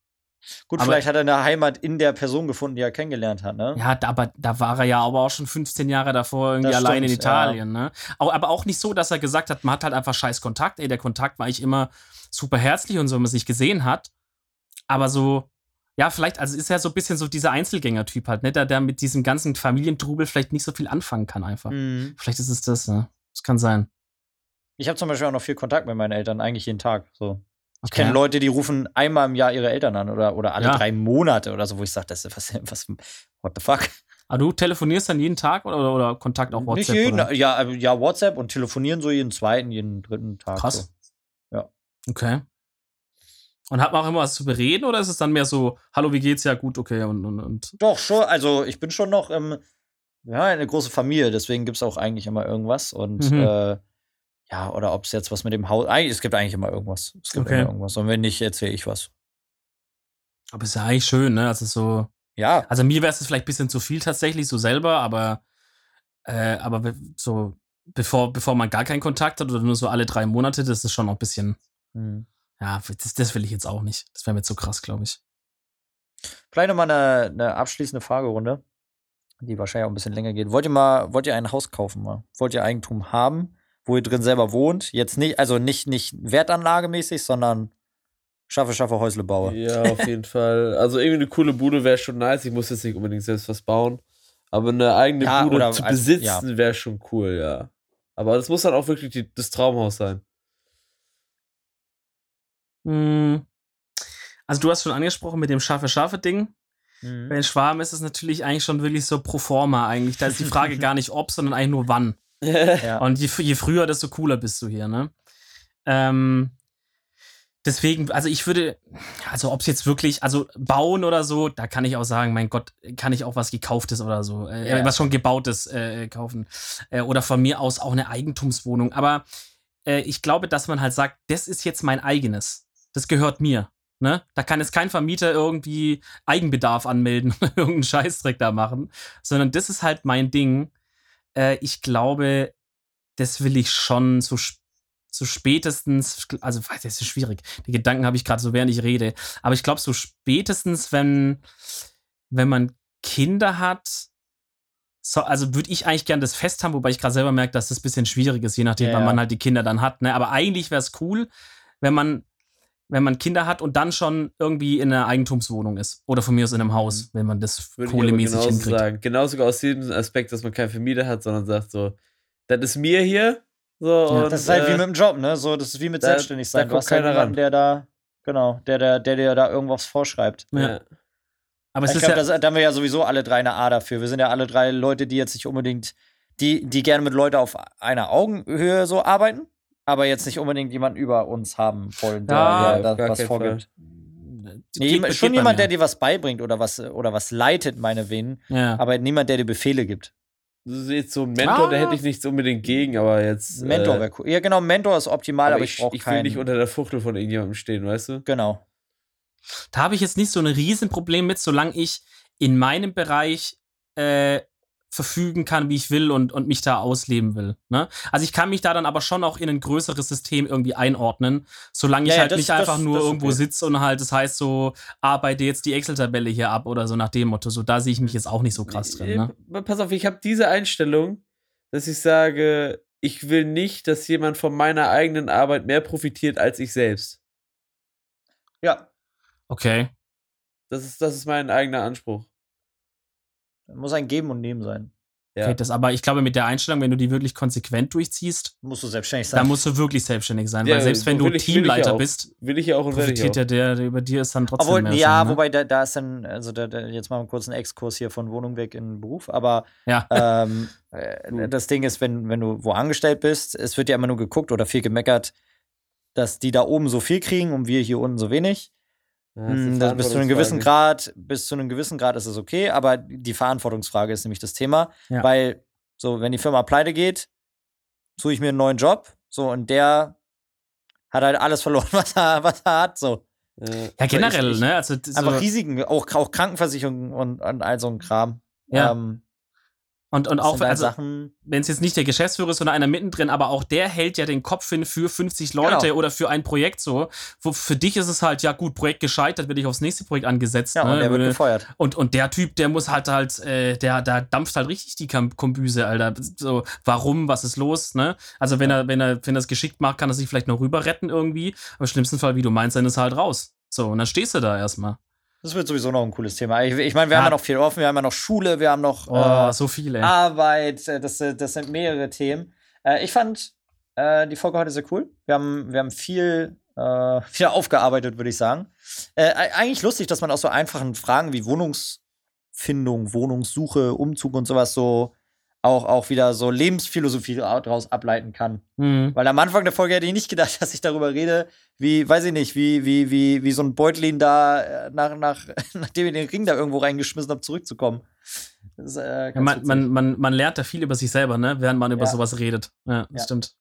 Gut, Aber- vielleicht hat er eine Heimat in der Person gefunden, die er kennengelernt hat, ne? Ja, da, aber da war er ja aber auch schon fünfzehn Jahre davor irgendwie Das allein in stimmt, Italien, ne? Auch, aber auch nicht so, dass er gesagt hat, man hat halt einfach scheiß Kontakt. Ey, der Kontakt war eigentlich immer super herzlich und so, wenn man sich gesehen hat. Aber so, ja, vielleicht, also ist er so ein bisschen so dieser Einzelgänger-Typ halt, ne? Der, der mit diesem ganzen Familientrubel vielleicht nicht so viel anfangen kann einfach. Mhm. Vielleicht ist es das, ne? Das kann sein. Ich habe zum Beispiel auch noch viel Kontakt mit meinen Eltern, eigentlich jeden Tag. So. Ich Okay. kenne Leute, die rufen einmal im Jahr ihre Eltern an oder, oder alle Ja. drei Monate oder so, wo ich sage, das ist was, was, what the fuck? Aber du telefonierst dann jeden Tag oder, oder, oder Kontakt auch WhatsApp? Nicht jeden, Oder? ja, äh, ja, WhatsApp und telefonieren so jeden zweiten, jeden dritten Tag. Krass. So. Ja. Okay. Und hat man auch immer was zu bereden oder ist es dann mehr so, hallo, wie geht's? Ja, gut, okay. Und, und, und. Doch, schon, also ich bin schon noch im, ja, eine große Familie, deswegen gibt es auch eigentlich immer irgendwas. Und Mhm. äh, ja, oder ob es jetzt was mit dem Haus. Eigentlich, es gibt eigentlich immer irgendwas. Es gibt Okay. immer irgendwas. Und wenn nicht, erzähle ich was. Aber ist ja eigentlich schön, ne? Also so. Ja. Also mir wäre es vielleicht ein bisschen zu viel tatsächlich, so selber, aber, äh, aber be- so, bevor, bevor man gar keinen Kontakt hat oder nur so alle drei Monate, das ist schon noch ein bisschen, Hm. ja, das, das will ich jetzt auch nicht. Das wäre mir zu krass, glaube ich. Vielleicht nochmal eine, eine abschließende Fragerunde, die wahrscheinlich auch ein bisschen länger geht. Wollt ihr mal, wollt ihr ein Haus kaufen mal? Wollt ihr Eigentum haben, wo ihr drin selber wohnt? Jetzt nicht, also nicht, nicht wertanlagemäßig, sondern schaffe, schaffe, Häusle baue. Ja, auf jeden Fall. Also irgendwie eine coole Bude wäre schon nice. Ich muss jetzt nicht unbedingt selbst was bauen. Aber eine eigene Ja, Bude oder zu als- besitzen wäre schon cool, ja. Aber das muss dann auch wirklich die, das Traumhaus sein. Hm. Also du hast schon angesprochen mit dem Schafe-Schafe-Ding. Bei Mhm. den Schwaben ist es natürlich eigentlich schon wirklich so pro forma eigentlich. Da ist die Frage gar nicht ob, sondern eigentlich nur wann. Ja. Und je, je früher, desto cooler bist du hier, ne? Ähm, deswegen, also ich würde, also ob es jetzt wirklich, also bauen oder so, da kann ich auch sagen, mein Gott, kann ich auch was Gekauftes oder so, äh, Ja. was schon Gebautes äh, kaufen. Äh, oder von mir aus auch eine Eigentumswohnung. Aber äh, ich glaube, dass man halt sagt, das ist jetzt mein eigenes. Das gehört mir. Ne? Da kann jetzt kein Vermieter irgendwie Eigenbedarf anmelden oder irgendeinen Scheißdreck da machen, sondern das ist halt mein Ding. Äh, ich glaube, das will ich schon so, so spätestens, also das ist schwierig, die Gedanken habe ich gerade so, während ich rede, aber ich glaube so spätestens, wenn, wenn man Kinder hat, so, also würde ich eigentlich gern das Fest haben, wobei ich gerade selber merke, dass das ein bisschen schwierig ist, je nachdem, Ja, wann ja. man halt die Kinder dann hat. Ne? Aber eigentlich wäre es cool, wenn man wenn man Kinder hat und dann schon irgendwie in einer Eigentumswohnung ist. Oder von mir aus in einem Haus, wenn man das Würde ich aber kohlemäßig genauso hinkriegt. sagen. Genau sogar aus diesem Aspekt, dass man keinen Vermieter hat, sondern sagt so, das ist mir hier. So, Ja, und, Das ist halt wie äh, mit dem Job, ne? So, das ist wie mit da- selbstständig sein. da Du hast kommt halt keiner jemanden, ran. der da, genau, der, der, der dir da irgendwas vorschreibt. Ja. ja. Aber es Ich ist glaube, ja, das- da haben wir ja sowieso alle drei eine A dafür. Wir sind ja alle drei Leute, die jetzt nicht unbedingt, die, die gerne mit Leuten auf einer Augenhöhe so arbeiten, aber jetzt nicht unbedingt jemanden über uns haben wollen, der, Ja, der auf da gar was keinen vorgibt. geht- Nee, geht schon bei jemand, mir. der dir was beibringt oder was, oder was leitet, meinetwegen, Ja. aber niemand, der dir Befehle gibt. Das ist jetzt so ein Mentor, Ah. da hätte ich nichts unbedingt gegen, aber jetzt. Ein Mentor äh, wäre cool. Ja, genau, Mentor ist optimal, aber aber ich ich, brauche ich will keinen. nicht unter der Fuchtel von irgendjemandem stehen, weißt du? Genau. Da habe ich jetzt nicht so ein Riesenproblem mit, solange ich in meinem Bereich äh, verfügen kann, wie ich will und, und mich da ausleben will. Ne? Also ich kann mich da dann aber schon auch in ein größeres System irgendwie einordnen, solange Ja, ich ja, halt das- nicht einfach das- nur das ist irgendwo okay. sitze und halt, das heißt so, arbeite jetzt die Excel-Tabelle hier ab oder so nach dem Motto. So, da sehe ich mich jetzt auch nicht so krass drin. Ne? Äh, Pass auf, ich habe diese Einstellung, dass ich sage, ich will nicht, dass jemand von meiner eigenen Arbeit mehr profitiert als ich selbst. Ja, Okay. Das ist, das ist mein eigener Anspruch. muss ein Geben und Nehmen sein. Ja. Okay, das, aber ich glaube, mit der Einstellung, wenn du die wirklich konsequent durchziehst, Musst du selbstständig sein. dann musst du wirklich selbstständig sein. Ja, weil selbst wenn so du will ich- will ich ja Teamleiter auch. bist, Will ich ja auch und werde ich profitiert auch. ja der, der über dir ist dann trotzdem Obwohl, mehr. ja, so, ne? wobei da, da ist dann, also da, da, jetzt mal einen kurzen Exkurs hier von Wohnung weg in den Beruf, aber Ja. ähm, äh, das Ding ist, wenn, wenn du wo angestellt bist, es wird ja immer nur geguckt oder viel gemeckert, dass die da oben so viel kriegen und wir hier unten so wenig. Ja, das ist eine Hm, das, bis zu einem gewissen Verantwortungsfrage. Grad, bis zu einem gewissen Grad ist es okay, aber die Verantwortungsfrage ist nämlich das Thema, Ja. weil so, wenn die Firma pleite geht, suche ich mir einen neuen Job, so, und der hat halt alles verloren, was er, was er hat, so. Äh, Ja, generell, ich- ich- ne? Also, so, Einfach Risiken, auch, auch Krankenversicherung und, und all so ein Kram. Ja. Ähm, und, und das auch, sind halt also, Sachen. wenn es jetzt nicht der Geschäftsführer ist, sondern einer mittendrin, aber auch der hält ja den Kopf hin für fünfzig Leute Genau. oder für ein Projekt so. Wo für dich ist es halt, ja gut, Projekt gescheitert, werde ich aufs nächste Projekt angesetzt. Ja, ne? und der wird Würde- gefeuert. Und, und der Typ, der muss halt halt, äh, der, der dampft halt richtig die Kam- Kombüse, Alter. So, warum, was ist los, ne? Also wenn er, wenn er, wenn er es geschickt macht, kann er sich vielleicht noch rüber retten irgendwie. Aber im schlimmsten Fall, wie du meinst, dann ist er halt raus. So, und dann stehst du da erstmal. Das wird sowieso noch ein cooles Thema. Ich, ich meine, wir Ja. haben ja noch viel offen, wir haben ja noch Schule, wir haben noch Oh, äh, so viele. Arbeit, äh, das, äh, das sind mehrere Themen. Äh, ich fand äh, die Folge heute sehr cool. Wir haben, wir haben viel, äh, viel aufgearbeitet, würde ich sagen. Äh, e- eigentlich lustig, dass man aus so einfachen Fragen wie Wohnungsfindung, Wohnungssuche, Umzug und sowas so auch, auch wieder so Lebensphilosophie daraus ableiten kann. Mhm. Weil am Anfang der Folge hätte ich nicht gedacht, dass ich darüber rede, wie, weiß ich nicht, wie, wie, wie, wie so ein Beutlin da, äh, nach, nach, nachdem ich den Ring da irgendwo reingeschmissen habe, zurückzukommen. Das ist, äh, Ja, ganz man, witzig. man, man, man lernt da viel über sich selber, ne? Während man über Ja. sowas redet. Ja, das Ja. stimmt.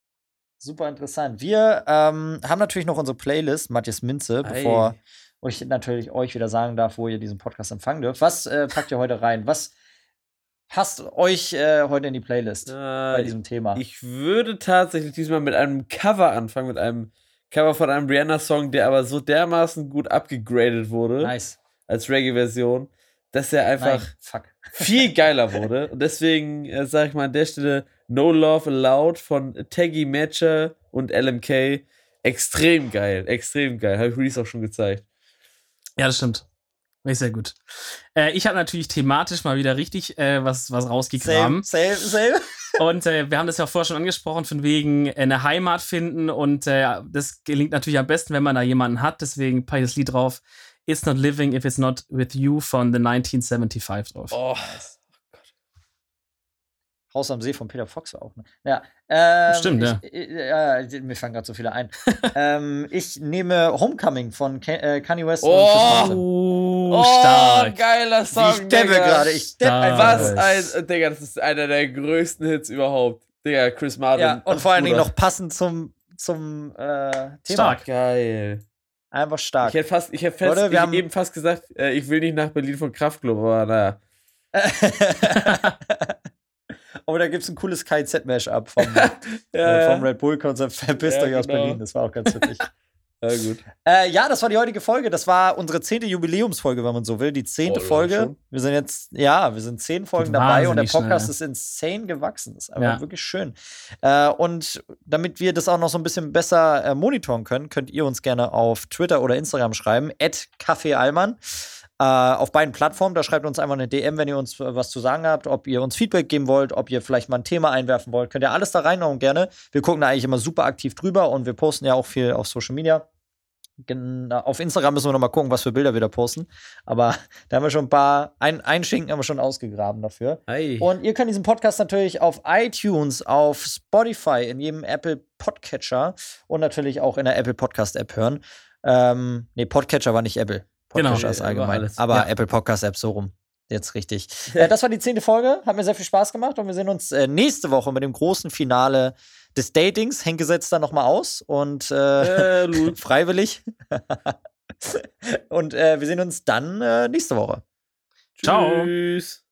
Super interessant. Wir ähm, haben natürlich noch unsere Playlist, Matthias Minze, Ei. bevor ich natürlich euch wieder sagen darf, wo ihr diesen Podcast empfangen dürft. Was äh, packt ihr heute rein? Was passt euch äh, heute in die Playlist bei Äh, diesem Thema? ich würde tatsächlich diesmal mit einem Cover anfangen, mit einem Cover von einem Rihanna-Song, der aber so dermaßen gut abgegradet wurde Nice. als Reggae-Version, dass er einfach Nein, fuck. viel geiler wurde. Und deswegen äh, sage ich mal an der Stelle No Love Allowed von Taggy Matcher und L M K. Extrem geil, extrem geil. Habe ich Reese auch schon gezeigt. Ja, das stimmt. Ist sehr gut. Äh, ich habe natürlich thematisch mal wieder richtig äh, was, was rausgegraben. Same, same, same. Und äh, wir haben das ja vorher schon angesprochen, von wegen äh, eine Heimat finden. Und äh, das gelingt natürlich am besten, wenn man da jemanden hat. Deswegen packe ich das Lied drauf. It's Not Living If It's Not With You von the nineteen seventy-five drauf. Oh, Oh Gott. Haus am See von Peter Fox auch. Ne? Ja, ähm, Stimmt, ich, ja. Ich, äh, mir fangen gerade so viele ein. ähm, ich nehme Homecoming von Ka äh, Kanye West Oh. und Chris Martin. Oh, Oh, stark. geiler Song, Ich steppe Digga. gerade, ich steppe Stark. einfach. Was ein, Digga, das ist einer der größten Hits überhaupt. Digga, Chris Martin. Ja, und vor allen Dingen Bruder. noch passend zum, zum äh, Thema. Stark. Geil. Einfach stark. Ich hätte fast, ich hätte fast, Leute, wir ich haben- eben fast gesagt, äh, ich will nicht nach Berlin von Kraftklub, aber naja. Aber da gibt es ein cooles K Z-Mash-up vom, Ja, äh, vom Red Bull-Konzert. Verpisst Ja, euch aus genau. Berlin. Das war auch ganz witzig. ja, gut. äh, ja, das war die heutige Folge. Das war unsere zehnte Jubiläumsfolge, wenn man so will. Die zehnte Oh, ja, Folge. schon. Wir sind jetzt, ja, wir sind zehn Folgen Geht dabei und der wahnsinnig Podcast schnell. ist insane gewachsen. Das ist einfach Ja. wirklich schön. Äh, und damit wir das auch noch so ein bisschen besser äh, monitoren können, könnt ihr uns gerne auf Twitter oder Instagram schreiben. at kaffeealman. Äh, auf beiden Plattformen, da schreibt uns einfach eine D M, wenn ihr uns äh, was zu sagen habt, ob ihr uns Feedback geben wollt, ob ihr vielleicht mal ein Thema einwerfen wollt, könnt ihr alles da reinhauen gerne. Wir gucken da eigentlich immer super aktiv drüber und wir posten ja auch viel auf Social Media. Gen auf Instagram müssen wir noch mal gucken, was für Bilder wir da posten. Aber da haben wir schon ein paar, ein, ein Schinken haben wir schon ausgegraben dafür. Hi. Und ihr könnt diesen Podcast natürlich auf iTunes, auf Spotify, in jedem Apple Podcatcher und natürlich auch in der Apple Podcast App hören. Ähm, nee, Podcatcher war nicht Apple. Genau. Podcatcher ist Nee, war allgemein. alles. Aber Ja. Apple Podcast App so rum. Jetzt richtig. äh, das war die zehnte Folge. Hat mir sehr viel Spaß gemacht und wir sehen uns äh, nächste Woche mit dem großen Finale des Datings. Henke setzt dann noch mal aus und äh, Äh, Lul. freiwillig. und äh, wir sehen uns dann äh, nächste Woche. Ciao. Tschüss.